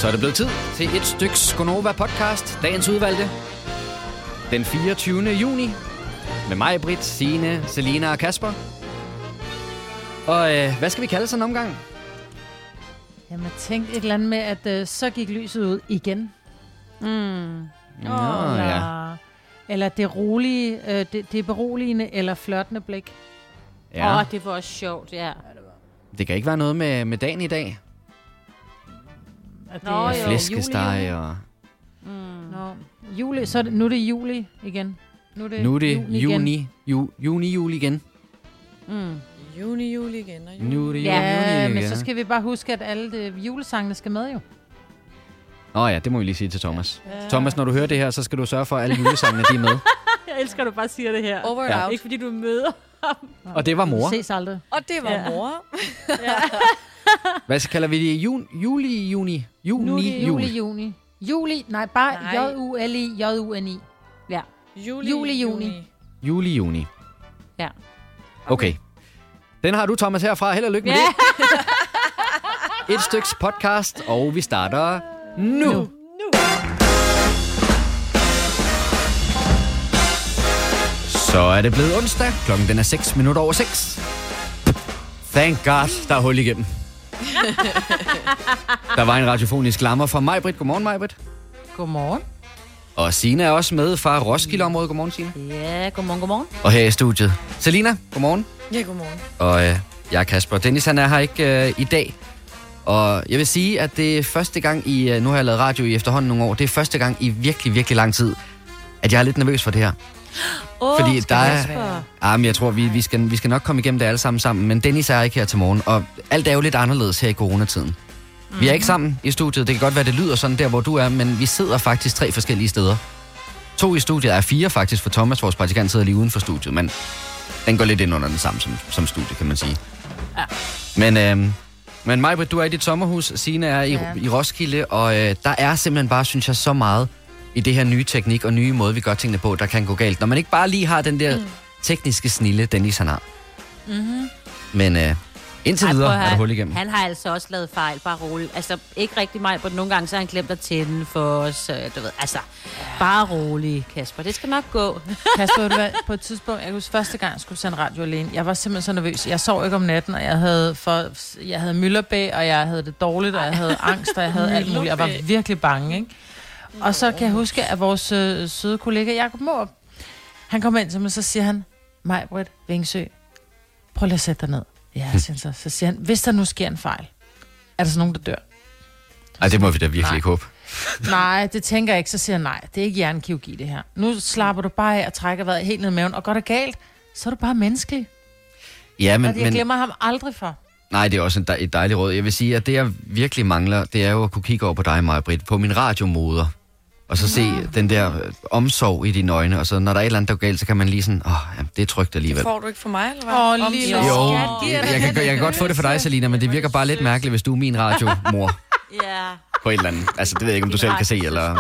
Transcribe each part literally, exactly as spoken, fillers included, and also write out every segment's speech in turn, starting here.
Så er det blevet tid til et styks Gonova podcast, dagens udvalgte. Den fireogtyvende juni med mig, Britt, Signe, Selina og Kasper. Og øh, hvad skal vi kalde sådan en omgang? Jamen, tænk et eller andet med, at øh, så gik lyset ud igen. Mm. Nå, eller, ja. eller det rolige, øh, det, det beroligende eller flirtende blik. Ja. Åh, oh, det var også sjovt, ja. Det kan ikke være noget med, med dagen i dag. At det Nå, er jo. Flæskesteg og... Mm. Nå, juli, så er det, nu er det juli igen. Nu er det, Nu er det juni, juni, ju, juni, juli igen. Mm. Juni, juli igen. Og juni. Nu er det Ja, juni, juni men igen. så skal vi bare huske, at alle de julesangene skal med jo. Åh oh, ja, det må vi lige sige til Thomas. Ja. Thomas, når du hører det her, så skal du sørge for, at alle julesangene de er med. Jeg elsker, at du bare siger det her. Over Ja. and out. Ikke fordi du møder ham. Og det var mor. Vi ses aldrig. Og det var Ja. mor. Hvad så kalder vi det? Jun, juli, juni? Juni, Nu er det juli. juli, juni. Juli, nej, bare Nej. J-U-L-I, J-U-N-I. Ja. Juli, Juli, juni. Juli, juni. Ja. Okay. Den har du, Thomas, herfra. Held og lykke med Ja. det. Et styks podcast, og vi starter nu. nu. Så er det blevet onsdag. Klokken den er seks minutter over seks. Thank God, der er hul igennem. Der var en radiofonisk lammer fra Majbrit. Godmorgen, Majbrit. Godmorgen. Og Signe er også med fra Roskilde-området. Godmorgen, Signe. Ja, godmorgen, godmorgen. Og her i studiet, Selina. Godmorgen. Ja, godmorgen. Og øh, jeg er Kasper. Dennis, han er her ikke øh, i dag. Og jeg vil sige, at det er første gang i... Øh, nu har jeg lavet radio i efterhånden nogle år. Det er første gang i virkelig, virkelig lang tid, at jeg er lidt nervøs for det her. Oh, Fordi der er... Ah, men jeg tror, vi, vi, skal, vi skal nok komme igennem det alle sammen sammen. Men Dennis er ikke her til morgen. Og alt er jo lidt anderledes her i coronatiden. Mm-hmm. Vi er ikke sammen i studiet. Det kan godt være, det lyder sådan der, hvor du er. Men vi sidder faktisk tre forskellige steder. To i studiet er fire faktisk, for Thomas, vores praktikant, sidder lige uden for studiet. Men den går lidt ind under den samme som, som studie, kan man sige. Ja. Men, øhm, men Majbrit, du er i dit sommerhus. Signe er i, Ja. i Roskilde. Og øh, der er simpelthen bare, synes jeg, så meget i det her nye teknik og nye måde, vi gør tingene på, der kan gå galt. Når man ikke bare lige har den der mm. tekniske snille, Dennis han har. Mm-hmm. Men øh, indtil Ej, videre prøv at er der høre. hul igennem. Han har altså også lavet fejl, bare roligt. Altså, ikke rigtig mig, men nogle gange så har han glemt at tænde for os. øh, Du ved, altså, bare rolig, Kasper. Det skal nok gå. Kasper, ved du hvad, på et tidspunkt, jeg kan huske første gang, jeg skulle sende radio alene. Jeg var simpelthen så nervøs. Jeg sov ikke om natten, og jeg havde, for, jeg havde myllerbæg, og jeg havde det dårligt, og jeg havde angst, og jeg havde alt muligt. Jeg var virkelig bange, ikke? Og så kan jeg huske, at vores øh, søde kollega, Jacob Morup, han kommer ind til mig, så siger han, Majbrit Vingsø, prøv lige at sætte dig ned. Ja, siger han så. Så siger han, hvis der nu sker en fejl, er der så nogen, der dør? Ej, det må vi da virkelig Nej. ikke håbe. Nej, det tænker jeg ikke. Så siger han, nej, det er ikke hjernekirurgi, det her. Nu slapper du bare af og trækker vejret helt ned i maven, og går det galt, så er du bare menneskelig. Ja, men, Og jeg men glemmer ham aldrig for. nej, det er også en dej, et dejligt råd. Jeg vil sige, at det, jeg virkelig mangler, det er jo at kunne kigge over på dig, Majbrit, på min radiomoder. Og så se den der øh, omsorg i dine øjne. Og så når der er et eller andet, der går galt, så kan man lige sådan, åh, jamen, det er trygt alligevel. Får du ikke for mig, eller hvad? Åh, Om- lille Jo, skat, giver jeg dig kan, jeg kan godt få det for dig, Selina, men det virker bare lidt mærkeligt, hvis du er min radiomor Ja. på et eller andet. Altså, det ved jeg ikke, om du selv kan se, eller...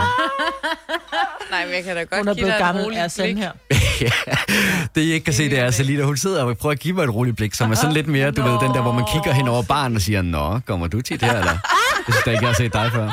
Nej, men jeg kan da godt Hun er give blevet dig et gammel roligt af sådan blik. her. Ja, det I ikke kan se, det er Selina. Hun sidder og prøver at give mig et roligt blik, som er sådan lidt mere, du ved, den der, hvor man kigger hen over baren og siger, nå, kommer du tit her, eller? Jeg synes da ikke, jeg har set dig før.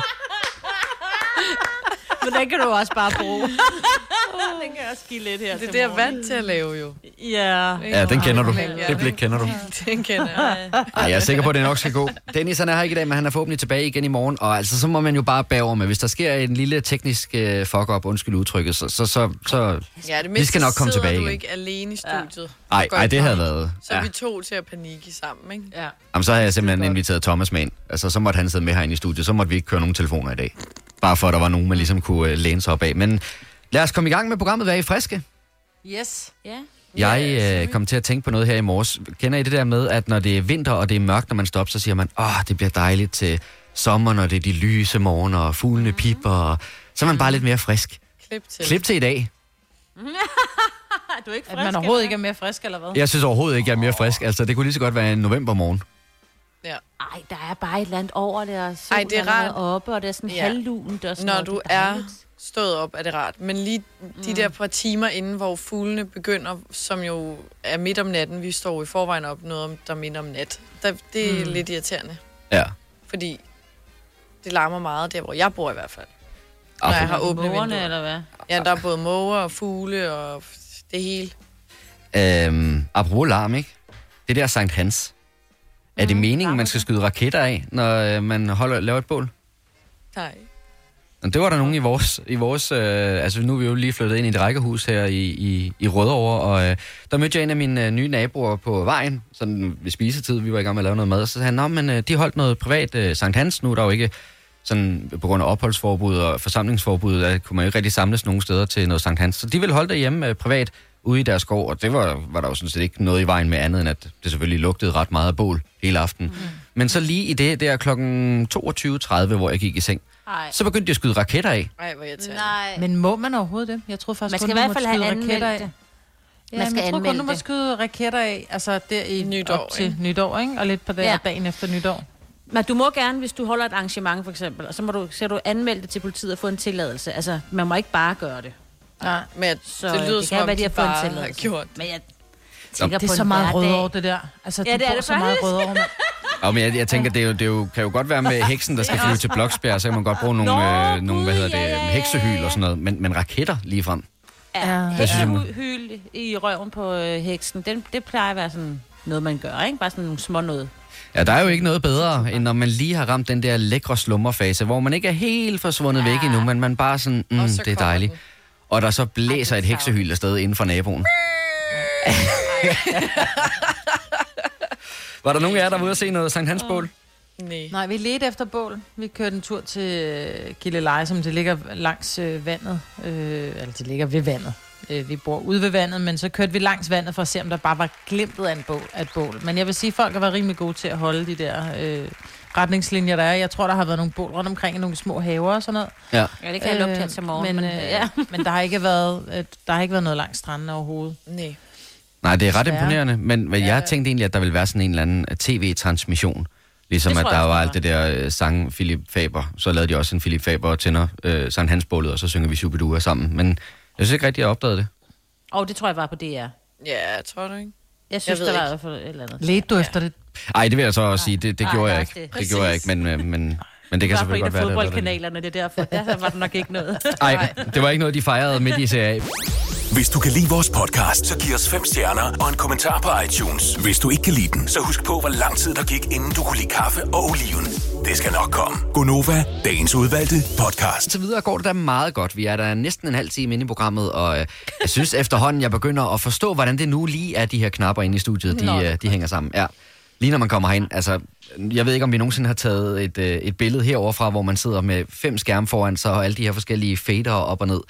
Men den kan du også bare bruge. Den kan også give lidt her Det er til det, jeg er morgen. vant til at lave, jo. Ja. Ja, den kender du. Ja. Det blik kender du. Den kender jeg. Ej, jeg er sikker på, at det nok skal gå. Dennis, han er her ikke i dag, men han er forhåbentlig tilbage igen i morgen. Og altså, så må man jo bare bære over med. Hvis der sker en lille teknisk uh, fuck-up, undskyld udtrykket, så, så, så, så Ja, det vi mindste skal nok komme sidder tilbage du igen. ikke alene i studiet. Ej, Går ej, det ikke havde frem. været... Så er Ja. vi to til at panikke sammen, ikke? Ja. Jamen, så har jeg simpelthen inviteret Thomas med ind. Altså, så måtte han sidde med herinde i studiet. Så måtte vi ikke køre nogen telefoner i dag. Bare for, at der var nogen, man ligesom kunne uh, læne sig op af. Men lad os komme i gang med programmet. Vær I friske? Yes. Ja. Jeg øh, kom til at tænke på noget her i morges. Kender I det der med, at når det er vinter, og det er mørkt, når man står op, så siger man, åh, det bliver dejligt til sommer, når det er de lyse morgener, og fuglene pipper, og så er man bare lidt mere frisk. Klip til. Klip til i dag. Er du ikke frisk? At man overhovedet ikke er mere frisk, eller hvad? Jeg synes overhovedet ikke, jeg er mere frisk. Altså, det kunne lige så godt være en novembermorgen. Ja. Ej, der er bare et eller andet over det, og solen Ej, det er allerede rart. oppe, og det er sådan Ja. halvlunt. Og sådan Når noget. du Det er dejligt. stået op, er det rart. Men lige de der par timer inden, hvor fuglene begynder, som jo er midt om natten, vi står i forvejen op noget, der minder om nat, der, det er mm. lidt irriterende. Ja. Fordi det larmer meget der, hvor jeg bor i hvert fald. Når jeg har åbne vinduer. Eller hvad? Ja, der er både måger og fugle og det hele. Øhm, apropos larm, ikke? Det der Sankt Hans. Er det meningen, man skal skyde raketter af, når øh, man holder, laver et bål? Nej. Det var der nogen i vores... I vores øh, altså, nu er vi jo lige flyttet ind i et rækkehus her i, i, i Rødovre, og øh, der mødte jeg en af mine øh, nye naboer på vejen, sådan ved spisetid, vi var i gang med at lave noget mad, og så sagde han, nå, men øh, de holdt noget privat øh, Sankt Hans, nu er der jo ikke sådan, på grund af opholdsforbud og forsamlingsforbud, der kunne man jo ikke rigtig samles nogen steder til noget Sankt Hans, så de ville holde derhjemme øh, privat ude i deres skov, og det var, var der jo sådan set ikke noget i vejen med andet, end at det selvfølgelig lugtede ret meget af bål hele aften. Mm. Men så lige i det der klokken toogtyve tredive, hvor jeg gik i seng, Ej. så begyndte de at skyde raketter af. Ej, hvor irriterende. Nej. Men må man overhovedet det? Jeg tror faktisk, man skal i hvert fald have anmeldt af. det. Ja, man skal jeg tror kun, du må skyde raketter af, altså der i nytår, op til ikke? nytår, ikke? Og lidt på der, ja. dagen efter nytår. Men du må gerne, hvis du holder et arrangement for eksempel, og så må du, så du anmelde det til politiet og få en tilladelse. Altså, man må ikke bare gøre det. Nej, men så det lyder det som kan om, være, de har fået en bare tilladelse. gjort. Men jeg tænker det er på så en meget hverdag. Rødovre, det der. Altså, Ja, du det er bor det så meget Rødovre, mand. Ja, men jeg, jeg tænker, det, er jo, det er jo, kan jo godt være med heksen, der skal flyve til Bloksbjerg, så kan man godt bruge nogle, Nå, øh, nogle hvad hedder det, ja, ja, ja, heksehyl og sådan noget, men, men raketter lige frem. Ja, Ja. heksehyl i røven på øh, heksen, det, det plejer at være sådan noget, man gør, ikke? Bare sådan nogle små noget. Ja, der er jo ikke noget bedre, end når man lige har ramt den der lækre slummerfase, hvor man ikke er helt forsvundet ja. væk endnu, men man bare sådan, mm, det er dejligt. Den. Og der så blæser et heksehyl afsted inden for naboen. Var der nogen af jer, der var ude at se noget Sankt Hans bål? Nej. Nej, vi ledte efter bål. Vi kørte en tur til Gilleleje, som det ligger langs øh, vandet. Øh, altså, det ligger ved vandet. Øh, vi bor ude ved vandet, men så kørte vi langs vandet for at se, om der bare var glimtet af, en bål, af et bål. Men jeg vil sige, at folk har været rimelig gode til at holde de der øh, retningslinjer, der er. Jeg tror, der har været nogle bål rundt omkring i nogle små haver og sådan noget. Ja, ja det kan jeg lugte her til morgen. Men, Men, øh, ja. men der har ikke været, øh, der har ikke været noget langs stranden overhovedet. Nej. Nej, det er ret Ja. imponerende, men, men jeg Ja. tænkte egentlig, at der ville være sådan en eller anden tv-transmission. Ligesom Det at tror der jeg var også, alt det der øh, sang Philip Faber, så lavede de også en Philip Faber og tænder øh, Sankt Hans bålet, og så synger vi Shubidua sammen. Men jeg synes ikke rigtig, jeg opdagede det. Og det tror jeg var på D R. Ja, jeg tror du ikke. Jeg synes, Jeg der ved var i ikke. hvert fald et eller andet. Ledte du Ja. efter det? Ej, det vil jeg så også sige, det, det Nej, gjorde nej, jeg ikke. det- Det gjorde jeg ikke, men, øh, men, men det kan Det var på selvfølgelig en af godt være, det var det. fodboldkanalerne, det er derfor. Der var der nok ikke noget. Nej, det var ikke noget, de fejrede midt i serie. Hvis du kan lide vores podcast, så giv os fem stjerner og en kommentar på iTunes. Hvis du ikke kan lide den, så husk på, hvor lang tid der gik, inden du kunne lide kaffe og oliven. Det skal nok komme. Gonova, dagens udvalgte podcast. Så videre går det da meget godt. Vi er der næsten en halv time inde i programmet, og øh, jeg synes efterhånden, jeg begynder at forstå, hvordan det nu lige er, de her knapper inde i studiet, de, Nå. øh, de hænger sammen. Ja. Lige når man kommer herind, altså, jeg ved ikke, om vi nogensinde har taget et, øh, et billede heroverfra, hvor man sidder med fem skærme foran sig, og alle de her forskellige fader op og ned.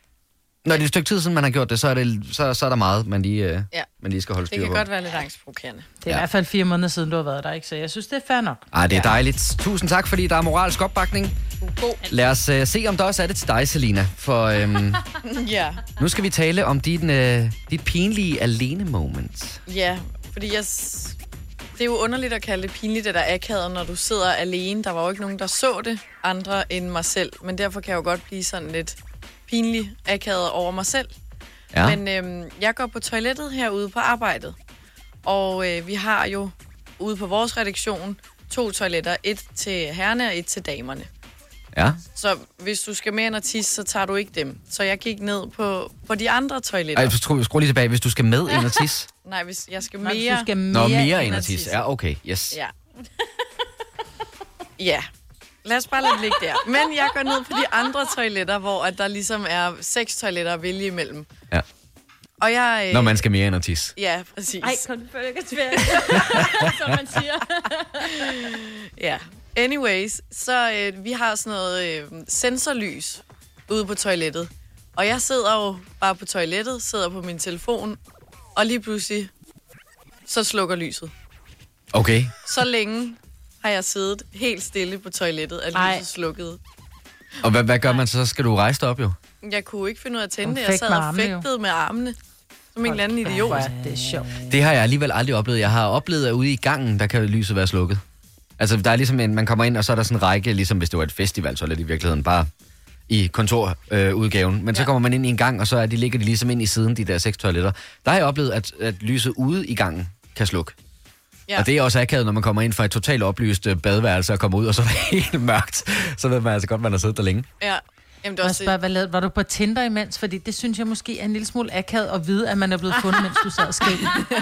Når det er et stykke tid siden, man har gjort det, så er, det, så, så er der meget, man lige, øh, Ja. man lige skal holde Det styr kan på. godt være lidt angstprovokerende. Det er Ja. i hvert fald fire måneder siden, du har været der, ikke? Så jeg synes, det er fair nok. Ej, det er dejligt. Tusind tak, fordi der er moralsk opbakning. God. Lad os øh, se, om der også er det til dig, Selina. For øhm, Ja. nu skal vi tale om din, øh, dit pinlige alene-moment. Ja, fordi jeg... s- Det er jo underligt at kalde det pinligt, eller akavet, når du sidder alene. Der var jo ikke nogen, der så det, andre end mig selv. Men derfor kan jeg jo godt blive sådan lidt pinlig akavet over mig selv. Ja. Men øhm, jeg går på toilettet herude på arbejdet. Og øh, vi har jo ude på vores redaktion to toiletter. Et til herrerne og et til damerne. Ja. Så hvis du skal mere end at tisse, så tager du ikke dem. Så jeg gik ned på, på de andre toiletter. Ej, skru, skru lige tilbage. Hvis du skal med ind og tisse. Nej, hvis jeg skal Nå, mere... du skal mere, Nå, mere ind ind og og tisse. Ja, okay. Yes. Ja. Ja. Lad os bare lade det ligge der. Men jeg går ned på de andre toiletter, hvor at der ligesom er seks toiletter at vælge imellem. Ja. Og jeg... Øh, Når man skal mere ind og tisse. Ja, præcis. Ej, kom det før, jeg kan svære. Som man siger. Ja. Anyways, så øh, vi har sådan noget øh, sensorlys ude på toilettet. Og jeg sidder jo bare på toilettet, sidder på min telefon, og lige pludselig, så slukker lyset. Okay. Så længe har jeg siddet helt stille på toilettet, at Ej. lyset slukkede. Og hvad, hvad gør man så? Så skal du rejse dig op jo. Jeg kunne ikke finde ud af at tænde Og det. Jeg fægt sad med og armene, jo. fægtede med armene. Som en eller anden idiot. Hvor er det sjovt. Det har jeg alligevel aldrig oplevet. Jeg har oplevet, at ude i gangen, der kan lyset være slukket. Altså, der er ligesom en, man kommer ind, og så er der sådan en række, ligesom hvis det var et festival, så er det i virkeligheden bare i kontorudgaven. Øh, udgaven. Men så Ja. kommer man ind i en gang, og så er de, ligger de ligesom ind i siden, de der seks toiletter. Der har jeg oplevet, at, at lyset ude i gangen kan slukke. Ja. Og det er også akavet, når man kommer ind fra et totalt oplyst badeværelse og kommer ud, og så er det helt mørkt. Så ved man altså godt, man har siddet der længe. Ja. Jamen, det var, spørge, hvad lavede, var du på Tinder imens? Fordi det synes jeg måske er en lille smule akavet at vide, at man er blevet fundet, mens du sad og skrev.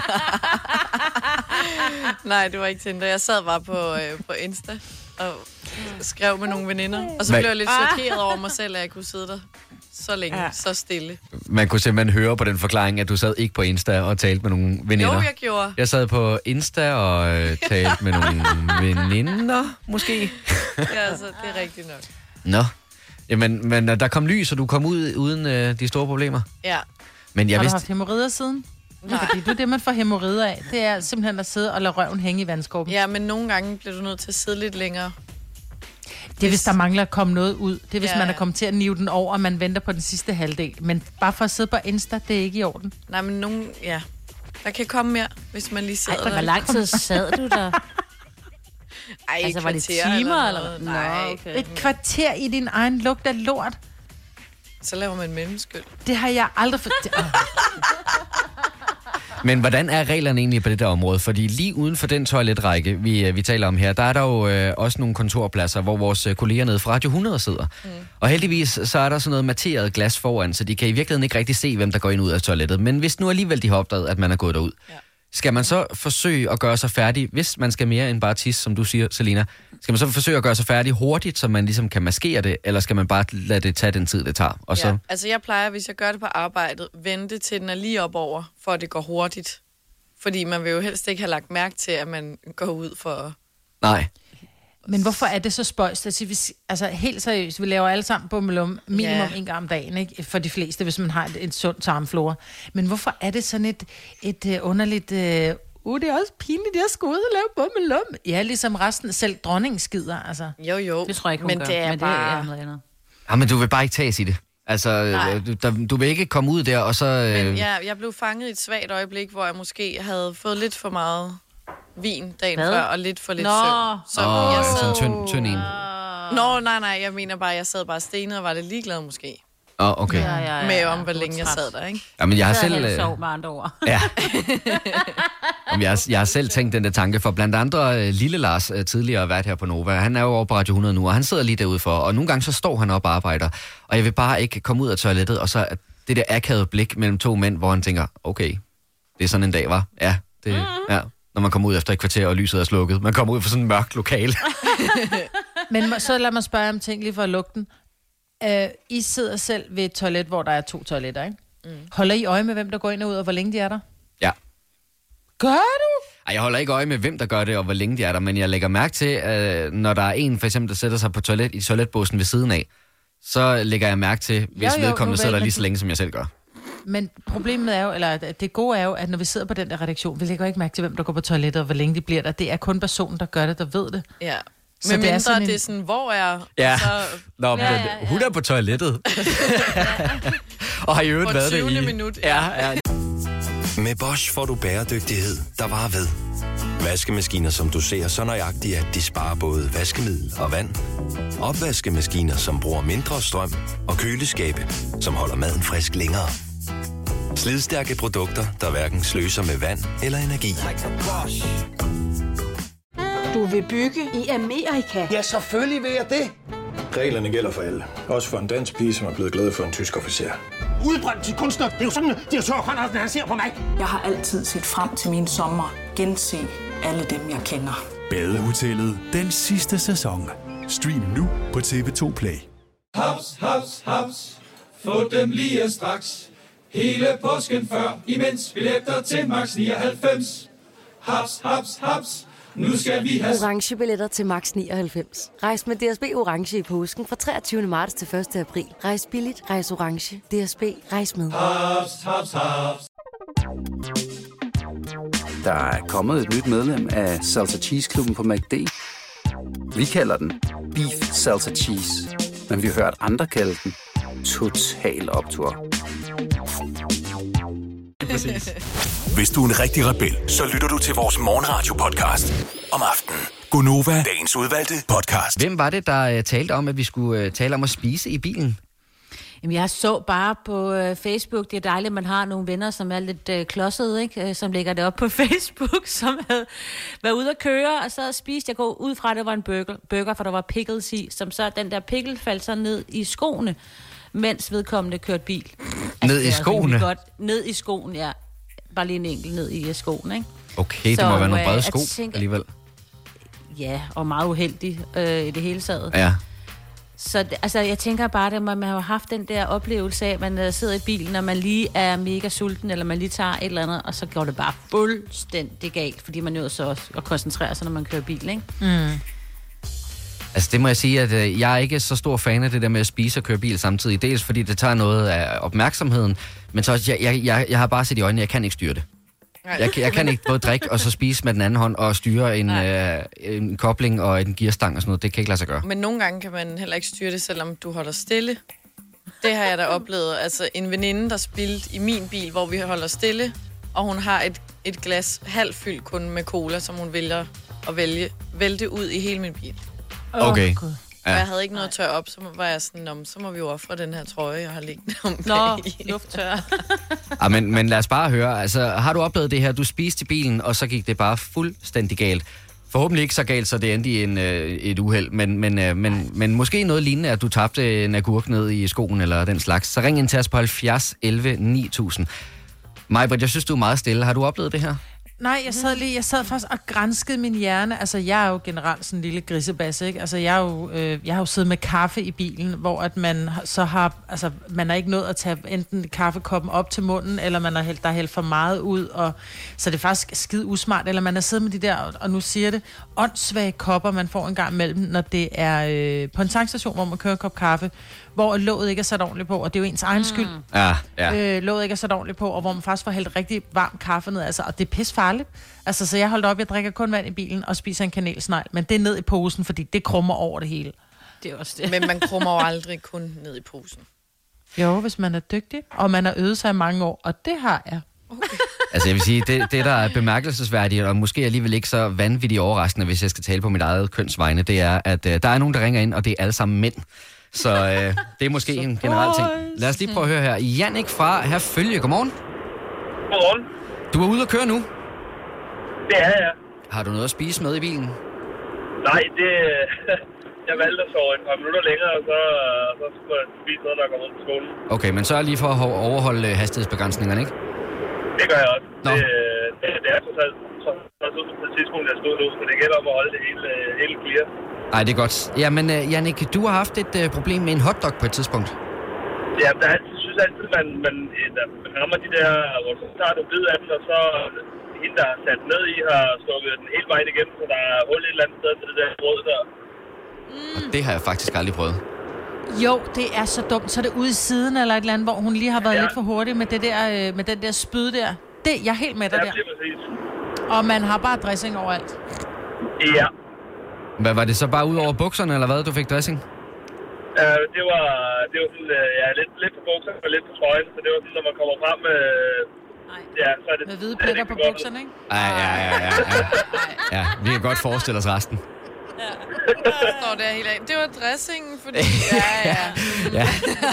Nej, det var ikke Tinder. Jeg sad bare på, øh, på Insta og skrev med nogle veninder. Og så Hvad? blev jeg lidt chokeret over mig selv, at jeg kunne sidde der så længe, ja. så stille. Man kunne simpelthen høre på den forklaring, at du sad ikke på Insta og talte med nogle veninder. Jo, jeg gjorde. Jeg sad på Insta og øh, talte med nogle veninder, måske. Ja, altså, det er rigtigt nok. Nå. Jamen, men der kom lys, og du kom ud uden øh, de store problemer. Ja. Men jeg har du vidste... haft hæmorrider siden? Nej. Fordi det er det, man får hæmorrider af. Det er simpelthen at sidde og lade røven hænge i vandskorben. Ja, men nogle gange bliver du nødt til at sidde lidt længere. Det er, hvis der mangler at komme noget ud. Det er, hvis Ja, man er ja. kommet til at nive den over, og man venter på den sidste halvdel. Men bare for at sidde på Insta, det er ikke i orden. Nej, men nogen... Ja. Der kan komme mere, hvis man lige sidder Ej, hvor der. lang tid sad du der? Ej, Altså, var det kvarter timer, eller eller noget? hvad? Nej. Nå, okay. Et kvarter i din egen lugt af lort. Så laver man mellemskyld. Det har jeg aldrig... For... Men hvordan er reglerne egentlig på det der område? Fordi lige uden for den toiletrække, vi, vi taler om her, der er der jo øh, også nogle kontorpladser, hvor vores kolleger nede fra Radio hundrede sidder. Mm. Og heldigvis så er der sådan noget materet glas foran, så de kan i virkeligheden ikke rigtig se, hvem der går ind og ud af toilettet. Men hvis nu alligevel de har opdaget, at man er gået derud, ja. Skal man så forsøge at gøre sig færdig, hvis man skal mere end bare tisse, som du siger, Selina, skal man så forsøge at gøre sig færdig hurtigt, så man ligesom kan maskere det, eller skal man bare lade det tage den tid, det tager? Og så... Ja, altså jeg plejer, hvis jeg gør det på arbejdet, vente til den er lige op over, for at det går hurtigt. Fordi man vil jo helst ikke have lagt mærke til, at man går ud for... Nej. Men hvorfor er det så spøjst? Altså, hvis, altså helt seriøst, vi laver alle sammen bummelum minimum Ja. en gang om dagen, ikke? For de fleste, hvis man har et, et sundt tarmflora. Men hvorfor er det sådan et, et uh, underligt... Uh, uh, det er også pinligt, jeg skal ud og lave bummelum. Ja, ligesom resten, selv dronningen skider, altså. Jo, jo. Det tror jeg ikke, hun men gør. det er men bare... det er noget andet. Ja, men du vil bare ikke tages i det. Altså, du, der, du vil ikke komme ud der, og så... Øh... Men ja, jeg blev fanget i et svagt øjeblik, hvor jeg måske havde fået lidt for meget vin dagen Hvad? før, og lidt for lidt Nå. søvn. Så Åh, jeg sådan sad... en tynd, tynd en. Nå, nej, nej, jeg mener bare, jeg sad bare stenet og var lidt ligeglad måske. Åh, oh, okay. Ja, ja, ja, Med ja, om, hvor du er længe jeg træt. sad der, ikke? Ja, men jeg har Jeg selv... selv øh, sov med andre ord. Ja. Jamen, jeg, har, jeg har selv tænkt den der tanke, for blandt andre uh, Lille Lars uh, tidligere har været her på Nova. Han er jo over på Radio hundrede nu, og han sidder lige derude for, og nogle gange så står han op og arbejder, og jeg vil bare ikke komme ud af toilettet, og så det der akavede blik mellem to mænd, hvor han tænker, okay, det er sådan en dag, var. Ja, det mm. ja. Når man kommer ud efter et kvarter, og lyset er slukket. Man kommer ud fra sådan en mørk lokale. Men så lad mig spørge om ting lige for at lukke den. Uh, I sidder selv ved et toilet, hvor der er to toiletter, ikke? Mm. Holder I øje med, hvem der går ind og ud, og hvor længe de er der? Ja. Gør du? Ej, jeg holder ikke øje med, hvem der gør det, og hvor længe de er der, men jeg lægger mærke til, øh, når der er en, for eksempel, der sætter sig på toilet i toiletbåsen ved siden af, så lægger jeg mærke til, hvis Jo, jo, vedkommende nu sidder der vel, lige men så du- længe, som jeg selv gør. Men problemet er jo, eller det gode er jo, at når vi sidder på den der redaktion, vi lægger ikke mærke til, hvem der går på toilettet, og hvor længe de bliver der. Det er kun personen, der gør det, der ved det. Ja. Så Men det er mindre sådan en- det er sådan, hvor er... Ja. Og så Nå, men Ja, ja, ja, ja. hun er på toilettet. Og har i øvrigt På været der tyvende i... minut, Ja, ja. ja. Med Bosch får du bæredygtighed, der varer ved. Vaskemaskiner, som du ser så nøjagtigt, at de sparer både vaskemiddel og vand. Opvaskemaskiner, som bruger mindre strøm. Og køleskabe, som holder maden frisk længere. Slidstærke produkter, der hverken sløser med vand eller energi. Du vil bygge i Amerika? Ja, selvfølgelig vil jeg det. Reglerne gælder for alle. Også for en dansk pige, som er blevet glad for en tysk officer. Udbrændt til kunstner. Det er jo sådan, at de har tørt, han ser på mig. Jeg har altid set frem til min sommer. Gense alle dem, jeg kender. Badehotellet den sidste sæson. Stream nu på T V to Play. Haps, haps, haps. Få dem lige straks. Hele påsken før, imens billetter til max nioghalvfems. Haps, haps, haps. Nu skal vi have... Orange billetter til max nioghalvfems. Rejs med D S B Orange i påsken fra treogtyvende marts til første april. Rejs billigt, rejs orange. D S B, rejs med. Haps, haps, haps. Der er kommet et nyt medlem af Salsa Cheese Klubben på McD. Vi kalder den Beef Salsa Cheese, men vi har hørt andre kalde den Total Optur. Præcis. Hvis du er en rigtig rebel, så lytter du til vores morgenradio-podcast om aftenen. Gonova, dagens udvalgte podcast. Hvem var det, der uh, talte om, at vi skulle uh, tale om at spise i bilen? Jamen, jeg så bare på øh, Facebook, det er dejligt, at man har nogle venner, som er lidt øh, klodsede, ikke? Som lægger det op på Facebook, som havde været ude at køre, og så havde spist. Jeg går ud fra, at det var en burger, burger, for der var pickles i, som så den der pickle faldt så ned i skoene, mens vedkommende kørte bil. Altså, ned i skoene? Godt. Ned i skoen, ja. Bare lige en enkelt ned i skoen, ikke? Okay, så, det må være nogle brede øh, sko tænker, alligevel. Ja, og meget uheldig øh, i det hele taget. Ja. Så det, altså, jeg tænker bare, at man, man har haft den der oplevelse af, at man uh, sidder i bilen, og man lige er mega sulten, eller man lige tager et eller andet, og så går det bare fuldstændig galt, fordi man nødt så også at koncentrere sig, når man kører bil, ikke? Mm. Altså det må jeg sige, at øh, jeg er ikke så stor fan af det der med at spise og køre bil samtidig. Dels fordi det tager noget af opmærksomheden, men så også, jeg, jeg, jeg, jeg har bare set i øjnene, jeg kan ikke styre det. Jeg, jeg kan ikke både drikke og så spise med den anden hånd og styre en, øh, en kobling og en gearstang og sådan noget. Det kan ikke lade sig gøre. Men nogle gange kan man heller ikke styre det, selvom du holder stille. Det har jeg da oplevet. Altså en veninde, der spildte i min bil, hvor vi holder stille, og hun har et, et glas halvfyldt kun med cola, som hun vælger at vælge, vælte ud i hele min bil. Okay. Oh, ja. Og jeg havde ikke noget tør op, så var jeg sådan, om, så må vi jo ofre den her trøje, jeg har liggende om Nå, lufttør. Ja, men, men lad os bare høre, altså har du oplevet det her, du spiste i bilen, og så gik det bare fuldstændig galt. Forhåbentlig ikke så galt, så det endte i en, øh, et uheld, men, men, øh, men, men måske noget lignende, at du tabte en agurk ned i skoen eller den slags. Så ring ind til os på halvfjerds elleve ni tusind. Maj-Brit, jeg synes, du er meget stille. Har du oplevet det her? Nej, jeg sad lige, jeg sad faktisk og granskede min hjerne. Altså, jeg er jo generelt sådan en lille grisebasse, ikke? Altså, jeg er jo, øh, jeg har jo siddet med kaffe i bilen, hvor at man så har, altså, man er ikke nået at tage enten kaffekoppen op til munden, eller man har hældt, der hældt for meget ud, og så det er faktisk skide usmart, eller man er siddet med de der, og nu siger det, åndssvage kopper, man får en gang imellem, når det er øh, på en tankstation, hvor man kører en kop kaffe, hvor låget ikke er sat ordentligt på, og det er jo ens egen skyld. Mm. Ja, ja. Øh, låget ikke er sat ordentligt på, og hvor man faktisk får hældt rigtig varm kaffe ned, altså, og det er pis farligt. Altså, så jeg holdt op, jeg drikker kun vand i bilen og spiser en kanelsnegl, men det er ned i posen, fordi det krummer over det hele. Det er også det. Men man krummer jo aldrig kun ned i posen. Jo, hvis man er dygtig, og man har øvet sig i mange år, og det har jeg. Okay. Altså jeg vil sige, det, det der er bemærkelsesværdigt, og måske alligevel ikke så vanvittigt overraskende, hvis jeg skal tale på mit eget kønsvegne, det er, at øh, der er nogen, der ringer ind, og det er alle sammen mænd. Så øh, det er måske en generel ting. Lad os lige prøve at høre her. Jannik fra Herfølge, godmorgen. Godmorgen. Du er ude at køre nu? Det er jeg. Har du noget at spise med i bilen? Nej, det... Jeg valgte at sove et par minutter længere, og så, så skulle jeg spise noget, når jeg kommer ud på skolen. Okay, men sørg lige for at overholde hastighedsbegrænsningerne, ikke? Det gør jeg også. Det, det, det er totalt så så ud på et tidspunkt, jeg stod nu, så det gælder om at holde det hele, hele clear. Ej, det er godt. Jamen, uh, Jannik, du har haft et uh, problem med en hotdog på et tidspunkt. Ja, der er, jeg synes altid, man, man, man rammer de der, hvor så tager du bid af den, og så hende, der er sat ned i, har stukket den hele vejen igennem, så der er hul et eller andet sted til det der brød der. Og det har jeg faktisk aldrig prøvet. Jo, det er så dumt. Så er det ude i siden eller et eller andet, hvor hun lige har været ja. lidt for hurtig med, det der, øh, med den der spyd der. Det, jeg er helt med dig ja, der. Ja, præcis. Og man har bare dressing overalt. Ja. Hvad, var det så bare ud over bukserne, eller hvad, du fik dressing? Uh, det var, det var sådan, uh, ja, lidt, lidt på bukserne og lidt på trøjen, så det var sådan, når man kommer frem med... Uh, ja, så er det... Med hvide pletter på bukserne, ikke? Ej, ja, ja, ja, ja. Ja, vi kan godt forestille os resten. Ja. Der står der helt af. Det var dressingen, fordi... Ja, ja. ja.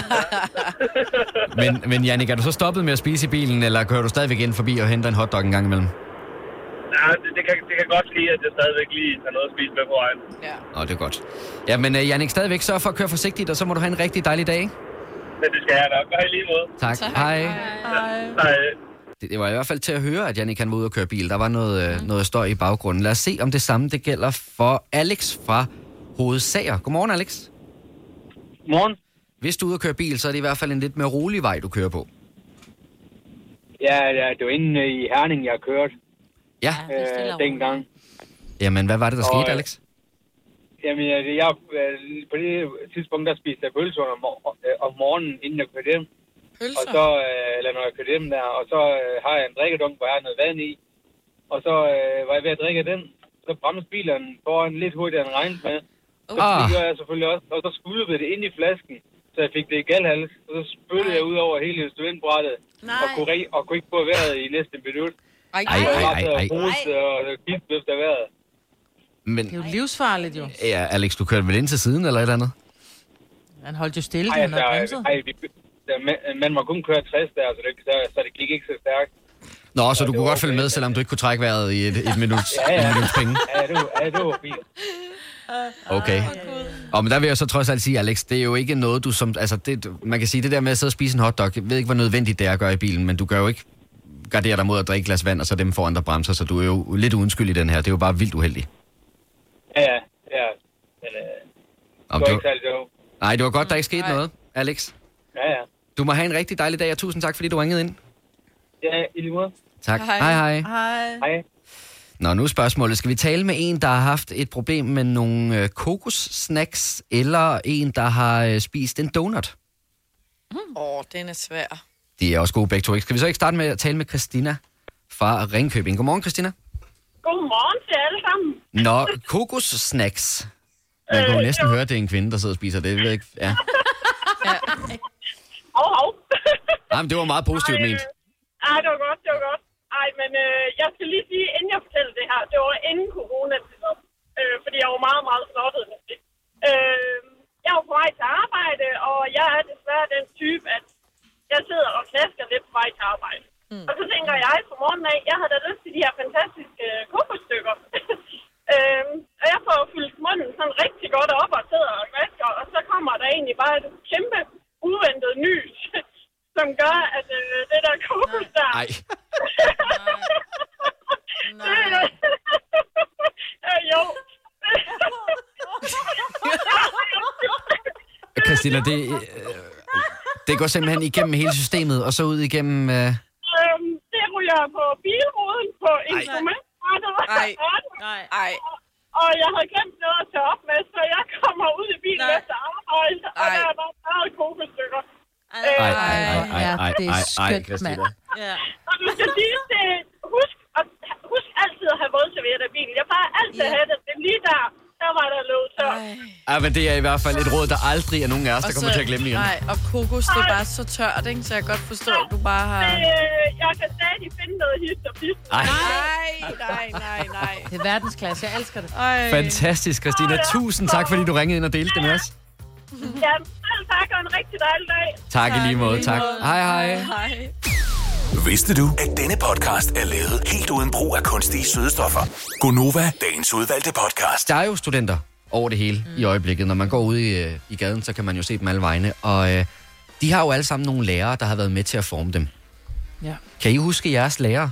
men, men Jannik, er du så stoppet med at spise i bilen, eller kører du stadigvæk ind forbi og henter en hotdog en gang imellem? Ja, det, det, kan, det kan godt ske, at jeg stadigvæk lige tager noget at spise med på vejen. Ja. Åh, det er godt. Ja, men uh, Jannik, stadigvæk sørg for at køre forsigtigt, og så må du have en rigtig dejlig dag. Men det skal jeg nok. Hej lige måde. Tak. tak. Hej. Hej. Hej. Det, det var i hvert fald til at høre, at Jannik kan var ude og køre bil. Der var noget, mm. noget støj i baggrunden. Lad os se, om det samme det gælder for Alex fra Hovedsager. Godmorgen, Alex. Godmorgen. Hvis du er ude og køre bil, så er det i hvert fald en lidt mere rolig vej, du kører på. Ja, ja det var inde i Herning, jeg kørte. Ja. Øh, dengang. Jamen, hvad var det, der og, skete, Alex? Jamen, jeg, jeg, på det tidspunkt, der spiste jeg pølser om, om morgenen, inden jeg kørte hjem. Pølser? Og så, eller når jeg kørte hjem der, og så øh, har jeg en drikkedunk, hvor jeg har noget vand i. Og så øh, var jeg ved at drikke den. Så bremste bilen foran lidt hurtigere end regnet med. Så ah. det gjorde jeg selvfølgelig også. Og så skvulpede det ind i flasken, så jeg fik det i galhals. Og så spyttede jeg ud over hele studentbrættet. Og kunne, og kunne ikke få vejret i næste minut. Ej, ej, ej, ej. Og hoste og gift efter vejret. Men, det er jo livsfarligt, jo. Ja, Alex, du kørte vel ind til siden eller et eller andet? Han holdt jo stille, ej, han havde altså, bremset. Ej, vi, man, man må kun køre tres der, så det, så, så det gik ikke så stærkt. Nå, så ja, du kunne godt okay, følge med, selvom du ikke kunne trække vejret i et, et minut, ja, ja. en minuts penge? Ja, det var, ja, det var fint. Okay. Og men der vil jeg så trods alt sige, Alex, det er jo ikke noget, du som... Altså, det, man kan sige, det der med at sidde og spise en hotdog, jeg ved ikke, hvor nødvendigt det er at gøre i bilen, men du gør jo ikke gardere dig mod at drikke et glas vand, og så dem foran dig bremser, så du er jo lidt uden skyld i den her. Det er jo bare vildt uheldigt. Ja, ja. ja. Men, øh, det var ikke særligt, jo. Nej, det var godt, der ikke skete Nej. noget, Alex. Ja, ja. Du må have en rigtig dejlig dag, og tusind tak, fordi du ringede ind. Ja, i lige måde. Tak. Hej, hej. Hej. Hej. Nå, nu er spørgsmålet. Skal vi tale med en, der har haft et problem med nogle øh, kokossnacks, eller en, der har øh, spist en donut? Åh, mm. oh, den er svær. De er også gode begge to. Skal vi så ikke starte med at tale med Christina fra Ringkøbing? Godmorgen, Christina. Godmorgen til alle sammen. Nå, kokossnacks. Man kan jo næsten øh, høre, at det er en kvinde, der sidder og spiser det. Jeg ved ikke, ja. ja. Hov, hov. Nej, men det var meget positivt ment. Ej, det var godt, det var godt. Ej, men øh, jeg skal lige sige, inden jeg fortæller det her, det var inden corona, øh, fordi jeg var meget, meget snottet med det. Øh, jeg var på vej til arbejde, og jeg er desværre den type, at jeg sidder og knasker lidt på vej til arbejde. Mm. Og så tænker jeg på morgenen af, jeg havde da lyst til de her fantastiske øh, kokosstykker. øh, og jeg får fyldt munden sådan rigtig godt op og sidder og knasker, og så kommer der egentlig bare et kæmpe uventet nys, som gør, at øh, det der kokos der... Nej. Nej. øh, jo. Christina, det, øh, det går simpelthen igennem hele systemet, og så ud igennem... Øh... Øhm, det ryger på bilruden, på instrumentbrættet. Nej, nej, nej. Og jeg havde glemt noget at tage op med, så jeg kommer ud i bilen nej. efter arbejde, og der er bare meget kokosstykker. Ej, ej, ej, ej, ej, det er skønt, mand. Ja. Og du skal sige, det, husk, at, husk altid at have vådservietter i bilen. Jeg plejer altid at have det, men lige der, der var der løbet tør. Ja, men det er i hvert fald et råd, der aldrig er nogen af os, der kommer til at glemme igen. Nej, og kokos, det er bare så tørt, ikke? Så jeg kan godt forstå, at du bare har... Det, øh, jeg kan stadig finde noget hit og pist. Nej, nej, nej, nej. Det er verdensklasse, jeg elsker det. Ej. Fantastisk, Christina. Tusind tak, fordi du ringede ind og delte det med os. Ja, selv tak, og en rigtig dejlig dag. Tak i lige måde, tak. Hej, hej. Hej. Vidste du, at denne podcast er lavet helt uden brug af kunstige sødestoffer? Gonova, dagens udvalgte podcast. Der er jo studenter over det hele mm. i øjeblikket. Når man går ud i, i gaden, så kan man jo se dem alle vegne. Og øh, de har jo alle sammen nogle lærere, der har været med til at forme dem. Ja. Kan I huske jeres lærere?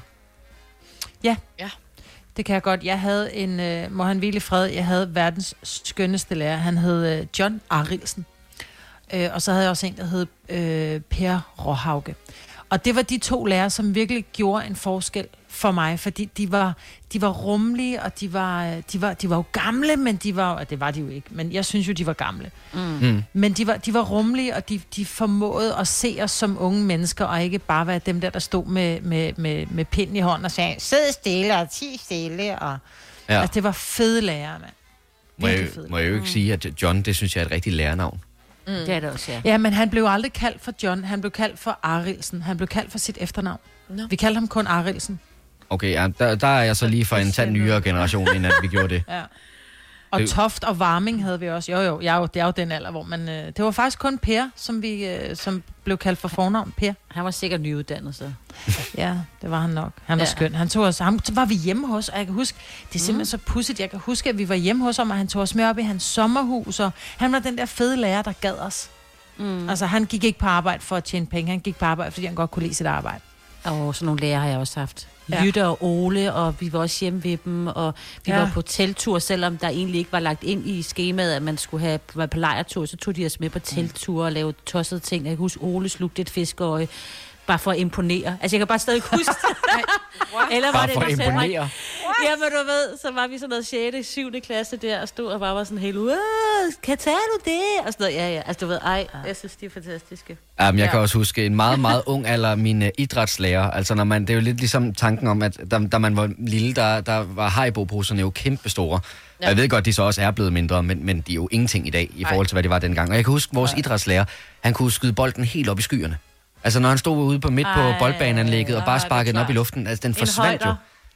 Ja. Ja. Det kan jeg godt. Jeg havde en, øh, må han hvile i fred, jeg havde verdens skønneste lærer. Han hed øh, John Arilsen. Øh, og så havde jeg også en, der hed øh, Per Råhauge. Og det var de to lærere, som virkelig gjorde en forskel for mig, fordi de var, de var rummelige, og de var, de, var, de var jo gamle, men de var, og det var de jo ikke, men jeg synes jo, de var gamle. Mm. Mm. Men de var, de var rummelige, og de, de formåede at se os som unge mennesker, og ikke bare være dem der, der stod med, med, med, med pinden i hånden og sagde, sid stille og ti stille, og ja. Altså, det var fede lærere, mand. Må jeg, må jeg jo ikke mm. sige, at John, det synes jeg er et rigtigt lærernavn. Mm. Det er det også, ja. Ja, men han blev aldrig kaldt for John. Han blev kaldt for Arilsen. Han blev kaldt for sit efternavn. No. Vi kaldte ham kun Arilsen. Okay, ja, der, der er jeg så lige for en tand nyere generation, inden at vi gjorde det. Ja. Og det... Toft og Varming havde vi også. Jo, jo, jeg er jo, det er jo den alder, hvor man... Øh, det var faktisk kun Per, som vi øh, som blev kaldt for fornavn. Per. Han var sikkert nyuddannet, så. Ja, det var han nok. Han var ja. skøn. Han tog os... Ham, så var vi hjemme hos, og jeg kan huske... Det er simpelthen mm. så pudsigt. Jeg kan huske, at vi var hjemme hos ham, og han tog os med op i hans sommerhus, og han var den der fede lærer, der gad os. Mm. Altså, han gik ikke på arbejde for at tjene penge. Han gik på arbejde, fordi han godt kunne lide sit arbejde. Og sådan nogle lærer har jeg også haft. Ja. Jytte og Ole, og vi var også hjemme ved dem, og vi ja. var på telttur, selvom der egentlig ikke var lagt ind i skemaet, at man skulle have være på lejrtur, så tog de os med på telttur og lavede tossede ting. Jeg kan huske, Ole slugte et fiskeøje, bare for at imponere. Altså, jeg kan bare stadig huske det. Eller var bare det for at imponere? Ja, men du ved, så var vi sådan noget sjette, syvende klasse der, og stod og bare var sådan helt, kan tage du det? Og sådan noget, ja, ja. Altså, du ved, ej, jeg synes, de er fantastiske. Jamen, jeg ja. kan også huske en meget, meget ung alder, min uh, idrætslærer. Altså, når man, det er jo lidt ligesom tanken om, at da, da man var lille, der, der var Haribo-poserne jo kæmpe store. Ja. Jeg ved godt, de så også er blevet mindre, men, men de er jo ingenting i dag, i forhold til, hvad det var dengang. Og jeg kan huske, vores ja. idrætslærer, han kunne skyde bolden helt op i skyerne. Altså, når han stod ude på midt på boldbaneanlægget og bare sparkede den op i luften, altså, den forsvandt jo.